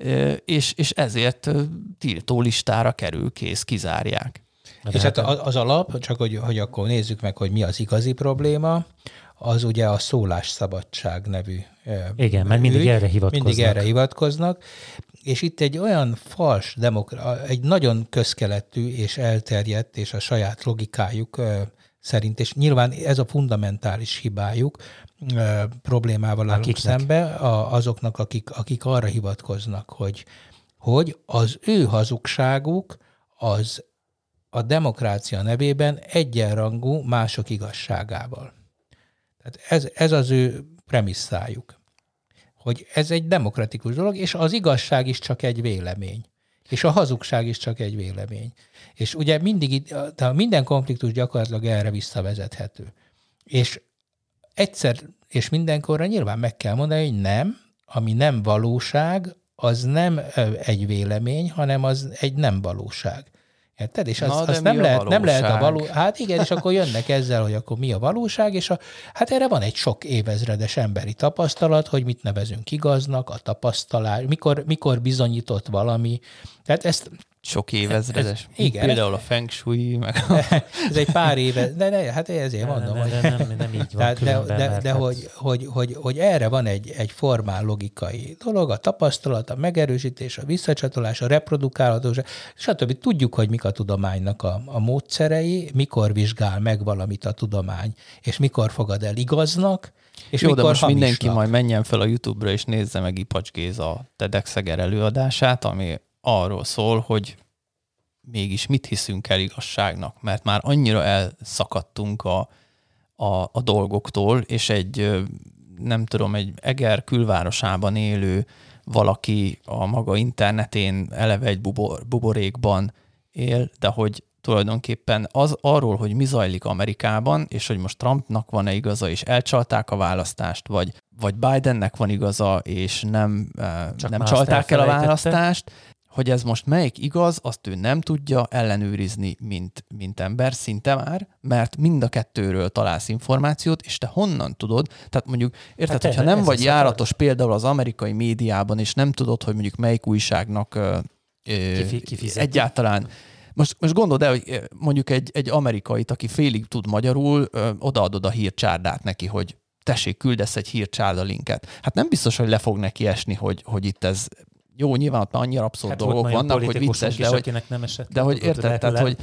és ezért tiltó listára kerül, kizárják. És hát az alap, csak hogy akkor nézzük meg, hogy mi az igazi probléma, az ugye a szólásszabadság nevű. Igen, mert mindig erre hivatkoznak. És itt egy olyan fals egy nagyon közkeletű és elterjedt, és a saját logikájuk szerint, és nyilván ez a fundamentális hibájuk, problémával állunk szembe azoknak, akik arra hivatkoznak, hogy az ő hazugságuk az a demokrácia nevében egyenrangú mások igazságával. Tehát ez az ő premisszájuk, hogy ez egy demokratikus dolog, és az igazság is csak egy vélemény, és a hazugság is csak egy vélemény. És ugye minden konfliktus gyakorlatilag erre visszavezethető. És egyszer és mindenkorra nyilván meg kell mondani, hogy nem, ami nem valóság, az nem egy vélemény, hanem az egy nem valóság. Érted? És az nem lehet a való. Hát igen, és akkor jönnek ezzel, hogy akkor mi a valóság, és hát erre van egy sok évezredes emberi tapasztalat, hogy mit nevezünk igaznak, a tapasztalás, mikor bizonyított valami. Tehát ezt sok évezredes. Igen. Például a Feng Shui, meg ez egy pár éve, hát ezért mondom. Nem így van. De hogy erre van egy formál logikai dolog, a tapasztalat, a megerősítés, a visszacsatolás, a reprodukálhatóság, stb. Tudjuk, hogy mik a tudománynak a módszerei, mikor vizsgál meg valamit a tudomány, és mikor fogad el igaznak, és jó, mikor de most hamisnak. mindenki majd menjen fel a YouTube-ra, és nézze meg Ipacs Géza TEDx-Eger előadását, ami arról szól, hogy mégis mit hiszünk el igazságnak, mert már annyira elszakadtunk a dolgoktól, és egy Eger külvárosában élő valaki a maga internetén eleve egy buborékban él, de hogy tulajdonképpen arról, hogy mi zajlik Amerikában, és hogy most Trumpnak van-e igaza, és elcsalták a választást, vagy Bidennek van igaza, és nem csalták el a választást, hogy ez most melyik igaz, azt ő nem tudja ellenőrizni, mint ember szinte már, mert mind a kettőről találsz információt, és te honnan tudod? Tehát mondjuk, érted, hogyha nem vagy járatos például az amerikai médiában, és nem tudod, hogy mondjuk melyik újságnak egyáltalán. Most gondold el, hogy mondjuk egy amerikait, aki félig tud magyarul, odaadod a hírcsárdát neki, hogy tessék, küldesz egy hírcsárda linket. Hát nem biztos, hogy le fog neki esni, hogy itt ez jó, nyilván ott már annyira abszolút dolgok vannak, hogy vicces, de hogy érted, tehát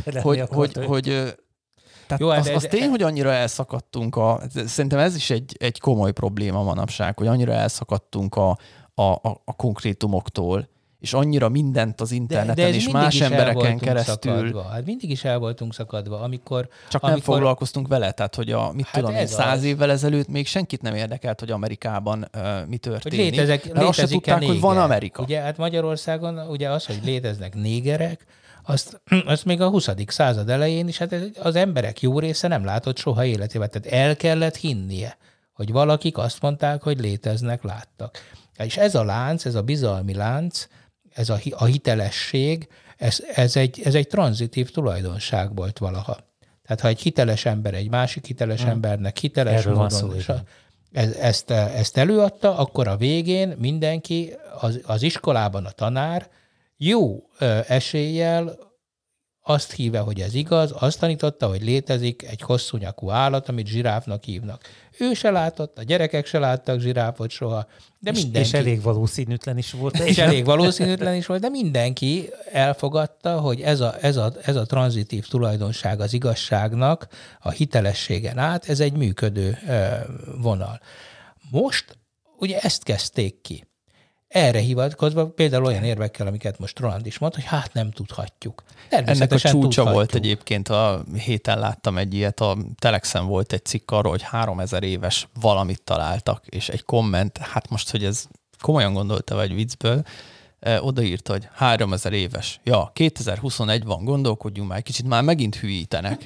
jó, az tény, hogy annyira elszakadtunk szerintem ez is egy komoly probléma manapság, hogy annyira elszakadtunk a konkrétumoktól, és annyira mindent az interneten és más embereken keresztül. Hát mindig is el voltunk szakadva, amikor... nem foglalkoztunk vele, tehát hogy 100 évvel ezelőtt még senkit nem érdekelt, hogy Amerikában mi történik. Létezik azt se tudták, néger. hogy van Amerika. Ugye hát Magyarországon ugye az, hogy léteznek négerek, azt még a 20. század elején is, hát az emberek jó része nem látott soha életében. Tehát el kellett hinnie, hogy valakik azt mondták, hogy léteznek, láttak. És ez a lánc, ez a bizalmi lánc, ez a hitelesség, ez egy tranzitív tulajdonság volt valaha. Tehát ha egy hiteles ember egy másik hiteles embernek hiteles módon ezt előadta, akkor a végén mindenki, az iskolában a tanár jó eséllyel azt hívja, hogy ez igaz, azt tanította, hogy létezik egy hosszú nyakú állat, amit zsiráfnak hívnak. Ő se látott, a gyerekek se láttak zsiráfot soha, de mindenki... És elég valószínűtlen is volt. És elég valószínűtlen is volt, de mindenki elfogadta, hogy ez a tranzitív tulajdonság az igazságnak a hitelességen át, ez egy működő vonal. Most ugye ezt kezdték ki. Erre hivatkozva például olyan érvekkel, amiket most Roland is mond, hogy hát nem tudhatjuk. Ennek a csúcsa volt egyébként, a héten láttam egy ilyet, a Telexen volt egy cikk arról, hogy 3000 éves valamit találtak, és egy komment, hát most, hogy ez komolyan gondolta vagy viccből, odaírta, hogy 3000 éves. Ja, 2021 van, gondolkodjunk már, kicsit már megint hülyítenek.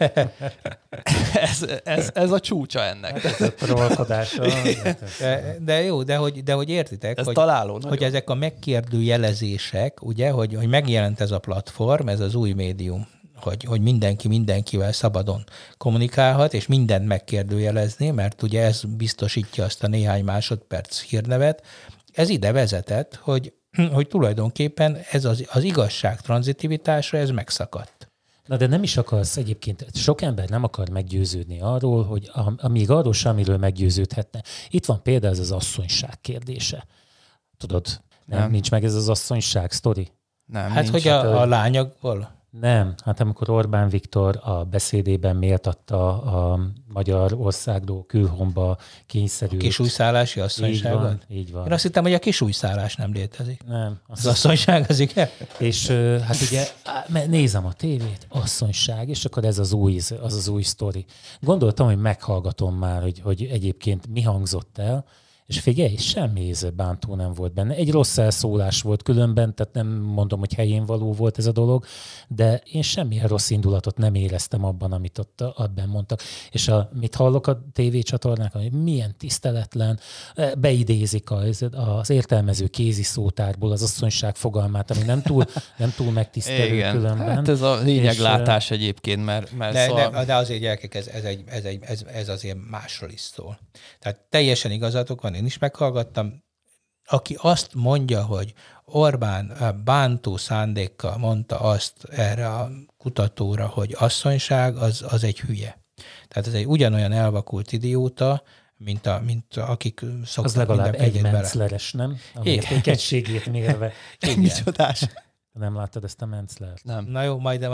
ez a csúcsa ennek. Ez a trollkodása. De jó, de hogy értitek, ez találó, hogy ezek a megkérdőjelezések, ugye, hogy megjelent ez a platform, ez az új médium, hogy mindenki mindenkivel szabadon kommunikálhat, és mindent megkérdőjelezni, mert ugye ez biztosítja azt a néhány másodperc hírnevet. Ez ide vezetett, hogy tulajdonképpen ez az igazság tranzitivitása, ez megszakadt. Na de nem is akarsz egyébként, sok ember nem akar meggyőződni arról, hogy amíg arról semmiről meggyőződhetne. Itt van például ez az asszonyság kérdése. Tudod, nem. Nincs meg ez az asszonyság sztori? Nem, hát nincs. Hogy a lányokból? Nem, hát amikor Orbán Viktor a beszédében méltatta a Magyarországról külhomba kényszerült. A kisújszállási asszonyságot? Így van. Én azt hittem, hogy a kisújszállás nem létezik. Nem. Az asszonyság az igen. És hát ugye nézem a tévét, asszonyság, és akkor ez az új sztori. Gondoltam, hogy meghallgatom már, hogy egyébként mi hangzott el, és figyelj, semmi bántó nem volt benne. Egy rossz elszólás volt különben, tehát nem mondom, hogy helyén való volt ez a dolog, de én semmilyen rossz indulatot nem éreztem abban, amit ott abban mondtak. És mit hallok a tévécsatornákon, hogy milyen tiszteletlen, beidézik az értelmező kézi szótárból az asszonyság fogalmát, ami nem túl megtisztelő. Igen. Különben. Hát ez a lényeglátás egyébként, mert de azért gyerekek, ez azért másról is szól. Tehát teljesen igazatok van, én is meghallgattam. Aki azt mondja, hogy Orbán bántó szándékkal mondta azt erre a kutatóra, hogy asszonyság, az egy hülye. Tehát ez egy ugyanolyan elvakult idióta, mint akik szoktak az legalább egy Mencleres, nem? A értékegységét mérve. Micsodás. Nem láttad ezt a Menclert? Nem. Na jó, majd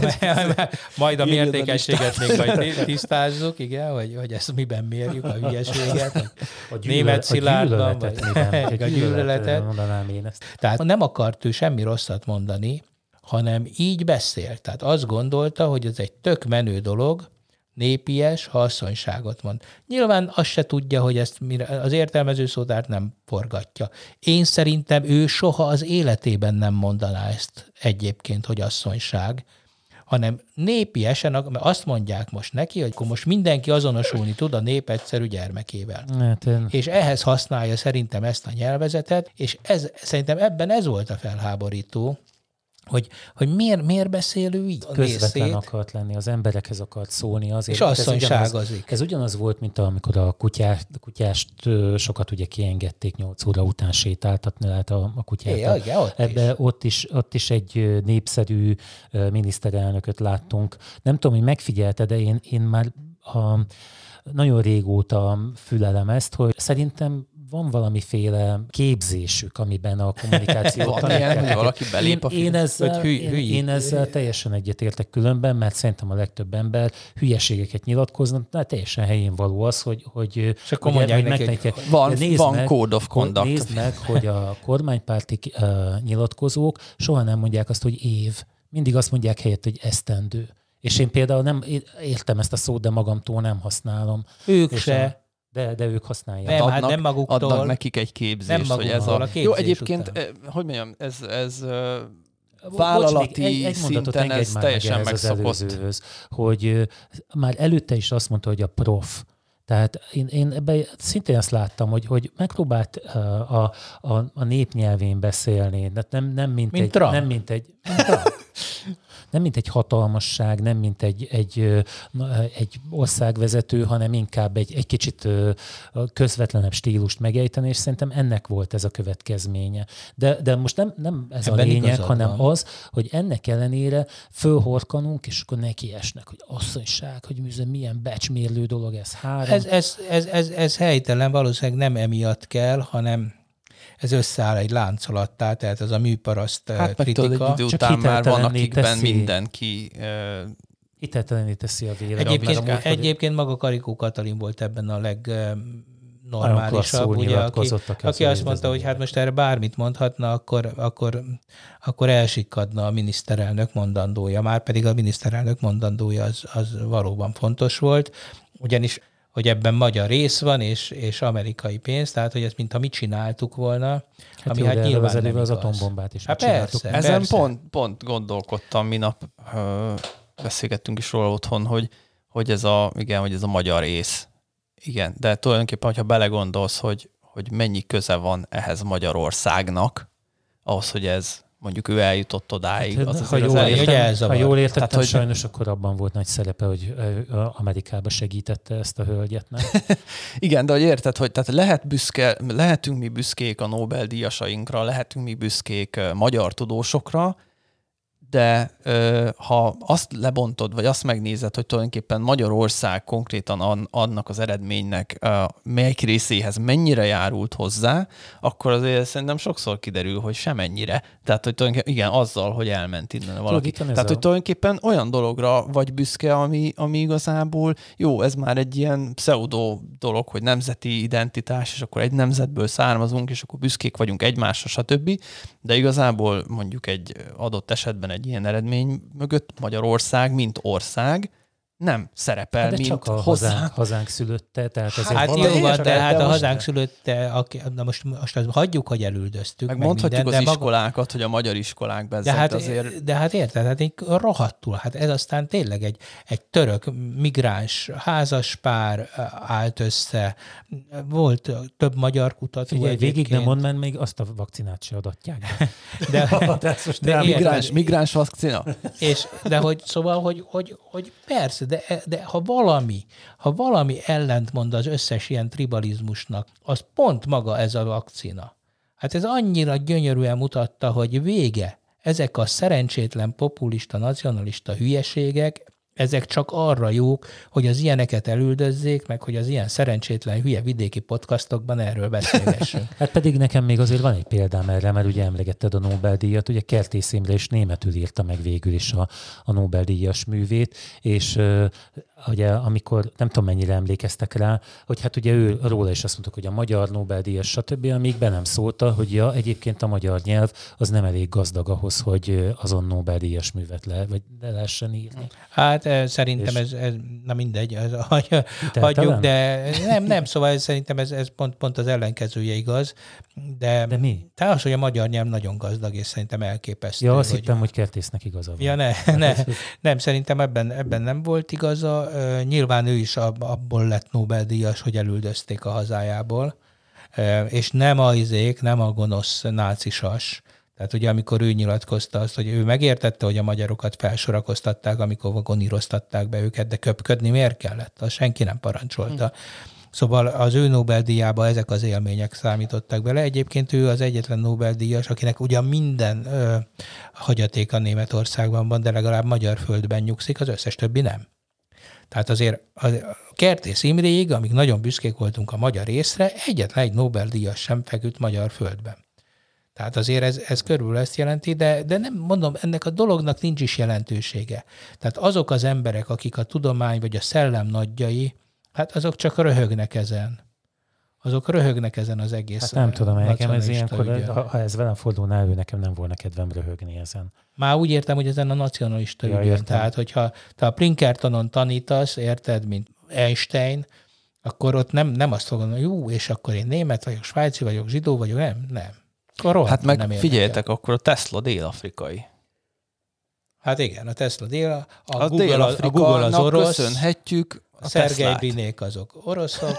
a mértékességet még majd tisztázzuk, igen, hogy ezt miben mérjük, a hülyeséget, a német Szilárdban, vagy a gyűlöletet. Mondanám én ezt. Tehát nem akart ő semmi rosszat mondani, hanem így beszélt. Tehát azt gondolta, hogy ez egy tök menő dolog, népies, ha asszonyságot mond. Nyilván azt se tudja, hogy ezt az értelmező szótárt nem forgatja. Én szerintem ő soha az életében nem mondaná ezt egyébként, hogy asszonyság, hanem népiesen, mert azt mondják most neki, hogy akkor most mindenki azonosulni tud a nép egyszerű gyermekével. És ehhez használja szerintem ezt a nyelvezetet, és szerintem ebben ez volt a felháborító, hogy miért beszél ő így? Közvetlen akart lenni, az emberekhez akart szólni. Azért, és asszonyságozik. Ez ugyanaz volt, mint amikor a kutyást sokat ugye kiengedték 8 óra után sétáltatni lehet a kutyát. Ott is egy népszerű miniszterelnököt láttunk. Nem tudom, hogy megfigyelte, de én már nagyon régóta fülelem ezt, hogy szerintem van valamiféle képzésük, amiben a kommunikációt tanítják. Valaki belép a én ezzel teljesen egyetértek különben, mert szerintem a legtöbb ember hülyeségeket nyilatkoznak, de teljesen helyén való az, hogy és akkor mondják neki, van code of conduct. Nézd meg, hogy a kormánypárti nyilatkozók soha nem mondják azt, hogy év. Mindig azt mondják helyett, hogy esztendő. És én például nem értem ezt a szót, de magamtól nem használom. Ők se. De ők használják. Nem maguktól. Adnak nekik egy képzést, hogy ez a jó, egyébként, hogy mondjam, ez vállalati szinten ez teljesen megszokott. Hogy már előtte is azt mondta, hogy a prof. Tehát én ebben szintén azt láttam, hogy megpróbált a népnyelvén beszélni, de nem mint egy hatalmasság, nem mint egy országvezető, hanem inkább egy kicsit közvetlenebb stílust megejteni, és szerintem ennek volt ez a következménye. De most nem ez ebben a lényeg, hanem az, hogy ennek ellenére fölhorkanunk, és akkor nekiesnek, hogy asszonyság, hogy milyen becsmérlő dolog ez. Ez helytelen, valószínűleg nem emiatt kell, hanem ez összeáll egy láncolattá, tehát ez a műparaszt kritika. Hát idő után már van, akikben mindenki... Hiteltelenné teszi a véleményt. Egyébként maga Karikó Katalin volt ebben a legnormálisabb, ugye, aki azt mondta, hogy hát most erre bármit mondhatna, akkor elsikkadna a miniszterelnök mondandója. Márpedig a miniszterelnök mondandója az valóban fontos volt, ugyanis hogy ebben magyar rész van, és amerikai pénz, tehát hogy ezt mintha mi csináltuk volna, hát ami hát nyilván nem igaz. Az atombombát is csináltuk. Persze. Ezen pont gondolkodtam, minap beszélgettünk is róla otthon, hogy ez a magyar rész. Igen, de tulajdonképpen, hogyha belegondolsz, hogy mennyi köze van ehhez Magyarországnak, ahhoz, hogy ez mondjuk ő eljutott odáig. Hát, ha jól értettem, tehát, sajnos akkor abban volt nagy szerepe, hogy Amerikába segítette ezt a hölgyet, nem? Igen, de hogy érted, hogy tehát lehetünk mi büszkék a Nobel-díjasainkra, lehetünk mi büszkék magyar tudósokra, de ha azt lebontod, vagy azt megnézed, hogy tulajdonképpen Magyarország konkrétan annak az eredménynek melyik részéhez mennyire járult hozzá, akkor azért szerintem sokszor kiderül, hogy semennyire. Tehát, hogy tulajdonképpen igen, azzal, hogy elment innen valaki. Tehát, hogy tulajdonképpen olyan dologra vagy büszke, ami igazából jó, ez már egy ilyen pseudo dolog, hogy nemzeti identitás, és akkor egy nemzetből származunk, és akkor büszkék vagyunk egymásra, stb. De igazából mondjuk egy adott esetben egy ilyen eredmény mögött Magyarország, mint ország, nem szerepel, de mint csak a hazánk szülötte. Tehát hát jó van, de hát a hazánk szülötte, na most azt hagyjuk, hogy elüldöztük. Meg mondhatjuk az iskolákat, hogy a magyar iskolák bezzeg azért. De hát érted, hát egy rohadtul, hát ez aztán tényleg egy török migráns házaspár állt össze. Volt több magyar kutató. Figyelj, végig nem mondd, mert még azt a vakcinát se adatják. De migráns vakcina. De hogy szóval, hogy persze, de ha valami ellentmond az összes ilyen tribalizmusnak, az pont maga ez a vakcina. Hát ez annyira gyönyörűen mutatta, hogy vége. Ezek a szerencsétlen, populista, nacionalista hülyeségek, ezek csak arra jók, hogy az ilyeneket elüldözzék, meg hogy az ilyen szerencsétlen hülye vidéki podcastokban erről beszélgessünk. Hát pedig nekem még azért van egy példám erre, mert ugye emlegetted a Nobel-díjat, ugye Kertész Imre is németül írta meg végül is a Nobel-díjas művét, és ugye amikor, nem tudom mennyire emlékeztek rá, hogy hát ugye ő róla is azt mondtuk, hogy a magyar Nobel-díjas, stb., amíg be nem szólta, hogy egyébként a magyar nyelv az nem elég gazdag ahhoz, hogy azon Nobel-díjas művet lehessen írni. Hát Hát szerintem ez na mindegy, hagyjuk, de nem, szóval szerintem ez pont az ellenkezője igaz. De mi? Tehát az, hogy a magyar nyelv nagyon gazdag, és szerintem elképesztő. Ja, azt hittem, hogy Kertésznek igaza van. Ja, nem, szerintem ebben nem volt igaza. Nyilván ő is abból lett Nobel-díjas, hogy elüldözték a hazájából, és nem a gonosz nácisas. Tehát ugye amikor ő nyilatkozta azt, hogy ő megértette, hogy a magyarokat felsorakoztatták, amikor vagoníroztatták be őket, de köpködni miért kellett? Azt senki nem parancsolta. Szóval az ő Nobel-díjába ezek az élmények számítottak bele. Egyébként ő az egyetlen Nobel-díjas, akinek ugyan minden hagyatéka Németországban van, de legalább magyar földben nyugszik, az összes többi nem. Tehát azért a Kertész Imréig, amíg nagyon büszkék voltunk a magyar észre, egyetlen egy Nobel-díjas sem feküdt magyar földben. Tehát azért ez körül ezt jelenti, de nem mondom, ennek a dolognak nincs is jelentősége. Tehát azok az emberek, akik a tudomány vagy a szellem nagyjai, hát azok csak röhögnek ezen. Azok röhögnek ezen az egész. Hát nem tudom, nekem ez ilyenkor, ha ez velem fordulna elő, nekem nem volna kedvem röhögni ezen. Már úgy értem, hogy ezen a nacionalista ügyön. Értem. Tehát, hogyha te a Pinkertonon tanítasz, érted, mint Einstein, akkor ott nem azt fogod, hogy jó, és akkor én német vagyok, svájci vagyok, zsidó vagyok, nem. Hát meg figyeljetek, akkor a Tesla dél-afrikai. Hát igen, a Tesla a Google az orosz, köszönhetjük a Szergej Brinék azok oroszok.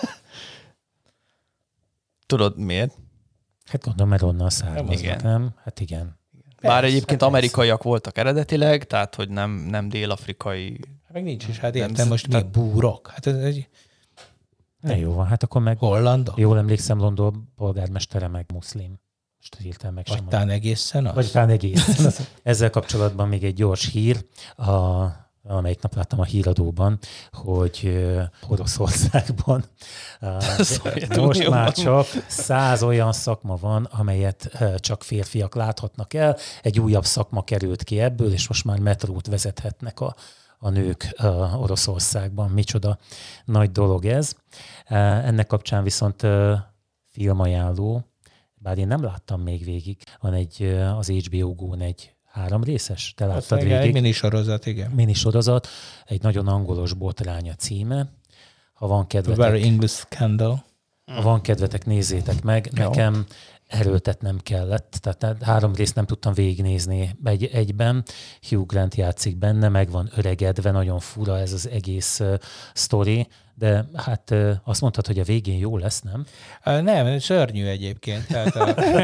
Tudod miért? Hát gondolom, mert onnan származnak, nem? Hát igen. Bár egyébként amerikaiak voltak eredetileg, tehát hogy nem dél-afrikai. Meg nincs is, hát értem, most mi búrok? Hát ez egy... Jó van, hát akkor meg Hollandok? Jól emlékszem, London polgármestere meg muszlim. Most hirtelen meg sem. Vagy tán egészen az? Vagy tán egészen. Ezzel kapcsolatban még egy gyors hír, amelyik nap láttam a híradóban, hogy Oroszországban most már csak 100 olyan szakma van, amelyet csak férfiak láthatnak el. Egy újabb szakma került ki ebből, és most már metrót vezethetnek a nők Oroszországban. Micsoda nagy dolog ez. Ennek kapcsán viszont filmajánló, bár én nem láttam még végig, van az HBO Go-n egy 3 részes, te láttad végig. Egy minisorozat, igen. Minisorozat, egy nagyon angolos botránya címe. Ha van kedvetek... Very English Scandal. Ha van kedvetek, nézzétek meg. Jó. Nekem erőltetnem kellett, tehát 3 részt nem tudtam végignézni egyben. Hugh Grant játszik benne, meg van öregedve, nagyon fura ez az egész sztori, de hát azt mondtad, hogy a végén jó lesz, nem? Nem, szörnyű egyébként. Tehát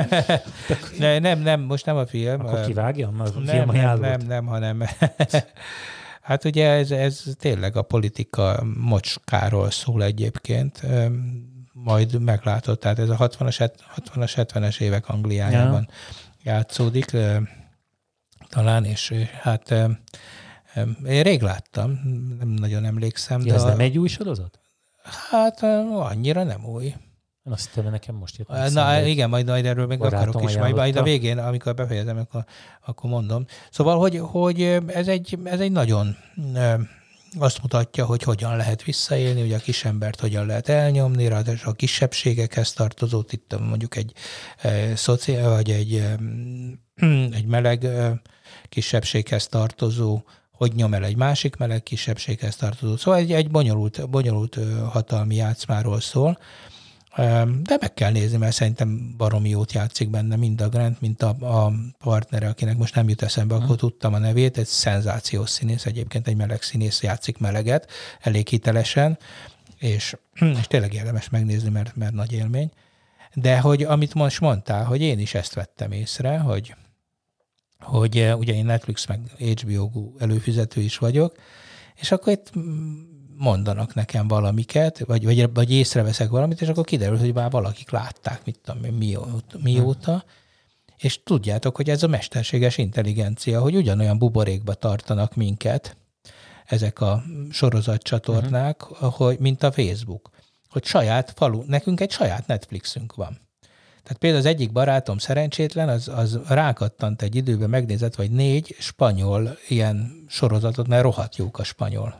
nem, most nem a film. Akkor kivágjam a film nem, hanem... Hát ugye ez tényleg a politika mocskáról szól egyébként. Majd meglátod, tehát ez a 60-as, 70-es évek Angliájában játszódik talán, és hát én rég láttam, nem nagyon emlékszem. Ja, ez nem egy új sorozat? Hát annyira nem új. Én azt hittem, nekem most jött. Na igen, majd erről még akarok is. Majd a végén, amikor befejezem, akkor mondom. Szóval, hogy ez egy nagyon... azt mutatja, hogy hogyan lehet visszaélni, hogy a kisembert hogyan lehet elnyomni, ráadásul a kisebbségekhez tartozót, itt mondjuk egy vagy egy meleg kisebbséghez tartozó, hogy nyom el egy másik meleg kisebbséghez tartozó. Szóval egy bonyolult hatalmi játszmáról szól, de meg kell nézni, mert szerintem baromi jót játszik benne, mind a Grant, mint a partnere, akinek most nem jut eszembe, akkor tudtam a nevét, egy szenzációs színész, egyébként egy meleg színész játszik meleget, elég hitelesen, és tényleg érdemes megnézni, mert nagy élmény. De hogy amit most mondtál, hogy én is ezt vettem észre, hogy ugye én Netflix meg HBO Go előfizető is vagyok, és akkor itt mondanak nekem valamiket, vagy észreveszek valamit, és akkor kiderül, hogy már valakik látták, mit tudom én, mióta, és tudjátok, hogy ez a mesterséges intelligencia, hogy ugyanolyan buborékba tartanak minket ezek a sorozatcsatornák, mint a Facebook, hogy nekünk egy saját Netflixünk van. Tehát például az egyik barátom szerencsétlen, az rákattant egy időben, megnézett vagy 4 spanyol ilyen sorozatot, mert rohadt jók a spanyol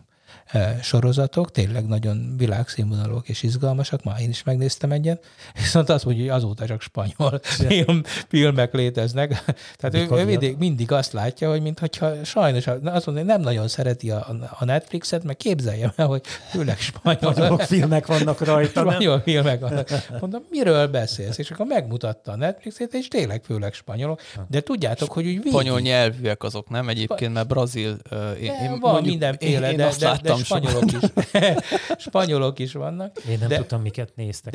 sorozatok, tényleg nagyon világszínvonalúak és izgalmasak, már én is megnéztem egyet, viszont azt mondja, hogy azóta csak spanyol filmek léteznek. Tehát ő mindig azt látja, hogy mintha sajnos azt mondja, hogy nem nagyon szereti a Netflixet, meg képzeljem el, hogy főleg spanyol filmek vannak rajta. Spanyol filmek vannak. Mondom, miről beszélsz? És akkor megmutatta a Netflixet, és tényleg főleg spanyolok. De tudjátok, hogy úgy végig... Spanyol nyelvűek azok, nem? Egyébként, mert brazil... van mindenféle, de spanyolok is vannak. Én nem tudtam, miket néztek.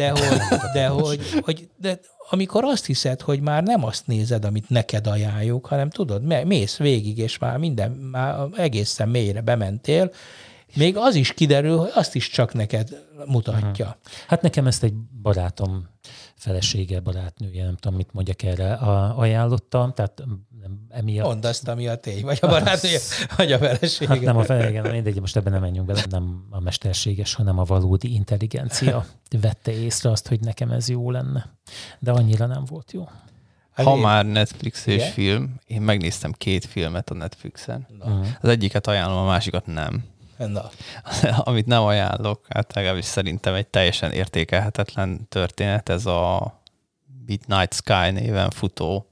De amikor azt hiszed, hogy már nem azt nézed, amit neked ajánljuk, hanem tudod, mész végig, és már egészen mélyre bementél, még az is kiderül, hogy azt is csak neked mutatja. Hát nekem ezt egy barátom felesége, barátnője, nem tudom, mit mondjak erre, ajánlottam, tehát emiatt... Mondd azt, ami a tény, vagy a barátnője, vagy a felesége. Hát nem a felesége, mindegy, most ebben nem menjünk bele, nem a mesterséges, hanem a valódi intelligencia vette észre azt, hogy nekem ez jó lenne. De annyira nem volt jó. Ha már Netflix-es film, én megnéztem 2 filmet a Netflixen. Az egyiket ajánlom, a másikat nem. Na. Amit nem ajánlok, hát legalábbis szerintem egy teljesen értékelhetetlen történet, ez a Midnight Sky néven futó.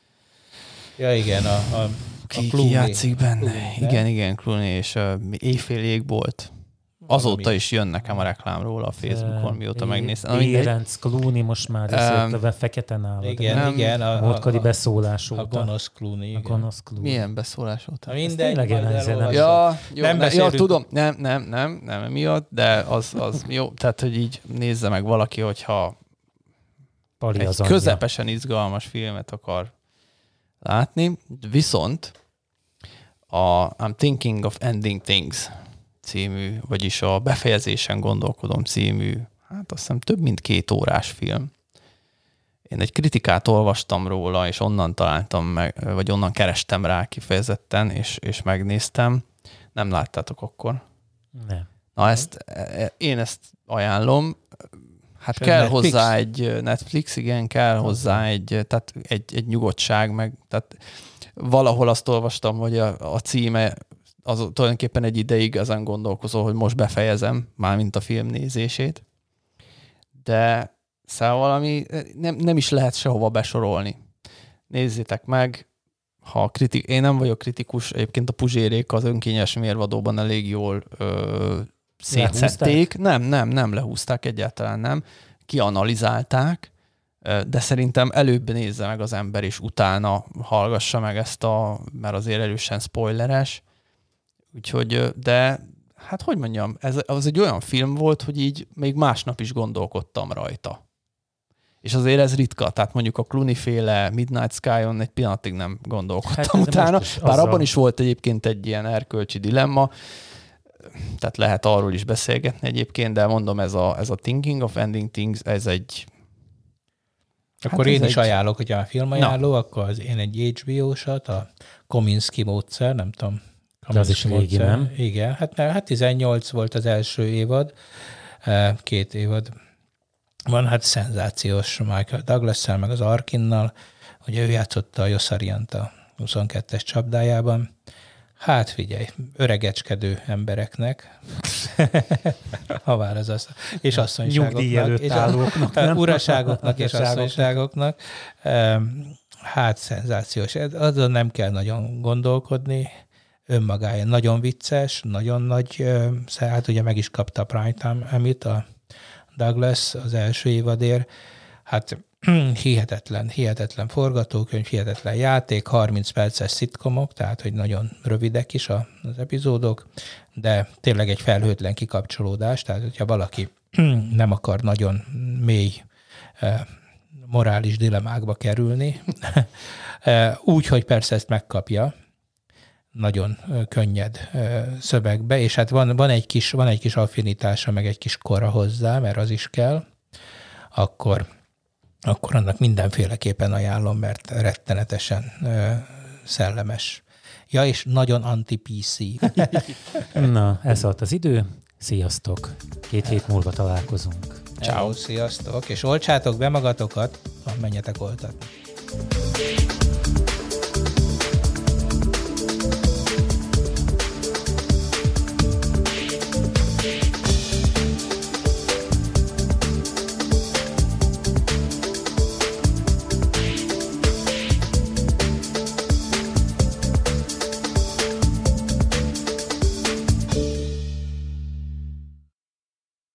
Ja igen, a Ki játszik benne? Igen, Clooney, és Éjfél égbolt. Azóta is jön nekem a reklám róla a Facebookon, mióta megnéztem. Érenc Clooney most már fekete nálad. Igen. A múltkori beszólás óta. A gonosz Clooney. Milyen beszólás óta? Mindegy. Tudom. Nem emiatt, de az jó. Tehát, hogy így nézze meg valaki, hogyha egy közepesen izgalmas filmet akar látni. Viszont a I'm Thinking of Ending Things című, vagyis a Befejezésen gondolkodom című, hát azt hiszem több mint 2 órás film. Én egy kritikát olvastam róla, és onnan találtam meg, vagy onnan kerestem rá kifejezetten, és megnéztem. Nem láttátok akkor? Nem. Na én ezt ajánlom. Hát kell Netflix? Hozzá egy Netflix, igen, kell hozzá egy nyugodtság, meg tehát valahol azt olvastam, hogy a címe az tulajdonképpen egy ideig ezen gondolkozol, hogy most befejezem, mármint a film nézését, de szóval valami nem is lehet sehova besorolni. Nézzétek meg, én nem vagyok kritikus, egyébként a Puzsérék az Önkényes mérvadóban elég jól szétszették. Nem lehúzták, egyáltalán nem. Kianalizálták, de szerintem előbb nézze meg az ember, és utána hallgassa meg ezt mert azért erősen spoileres. Úgyhogy, de hát hogy mondjam, az egy olyan film volt, hogy így még másnap is gondolkodtam rajta. És azért ez ritka, tehát mondjuk a Clooney-féle Midnight Sky-on egy pillanatig nem gondolkodtam utána, bár abban is volt egyébként egy ilyen erkölcsi dilemma, tehát lehet arról is beszélgetni egyébként, de mondom, ez a Thinking of Ending Things, ez egy... Akkor én is ajánlok, hogyha a filmajánló, akkor én egy HBO-sat, a Kominsky módszer, nem tudom. De az is régi, nem? Igen, hát 18 volt az első évad, 2 évad van, hát szenzációs Michael Douglas-szel, meg az Arkinnal, ugye ő játszotta a Yossariant a 22-es csapdájában. Hát figyelj, öregecskedő embereknek, ha vár az és asszonyságoknak, uraságoknak és asszonyságoknak, hát szenzációs. Azon nem kell nagyon gondolkodni, önmagája nagyon vicces, nagyon nagy, hát ugye meg is kapta a Primetime Emmy-t a Douglas az első évadért, hát hihetetlen forgatókönyv, hihetetlen játék, 30 perces szitkomok, tehát hogy nagyon rövidek is az epizódok, de tényleg egy felhőtlen kikapcsolódás, tehát hogyha valaki nem akar nagyon mély morális dilemmákba kerülni, úgy, hogy persze ezt megkapja, nagyon könnyed szövegbe, és hát van egy kis affinitása, meg egy kis kora hozzá, mert az is kell, akkor annak mindenféleképpen ajánlom, mert rettenetesen szellemes. Ja, és nagyon anti-PC. Na, ez volt az idő. Sziasztok! 2 hét múlva találkozunk. Ciao, sziasztok! És oltsátok be magatokat, menjetek oltatni.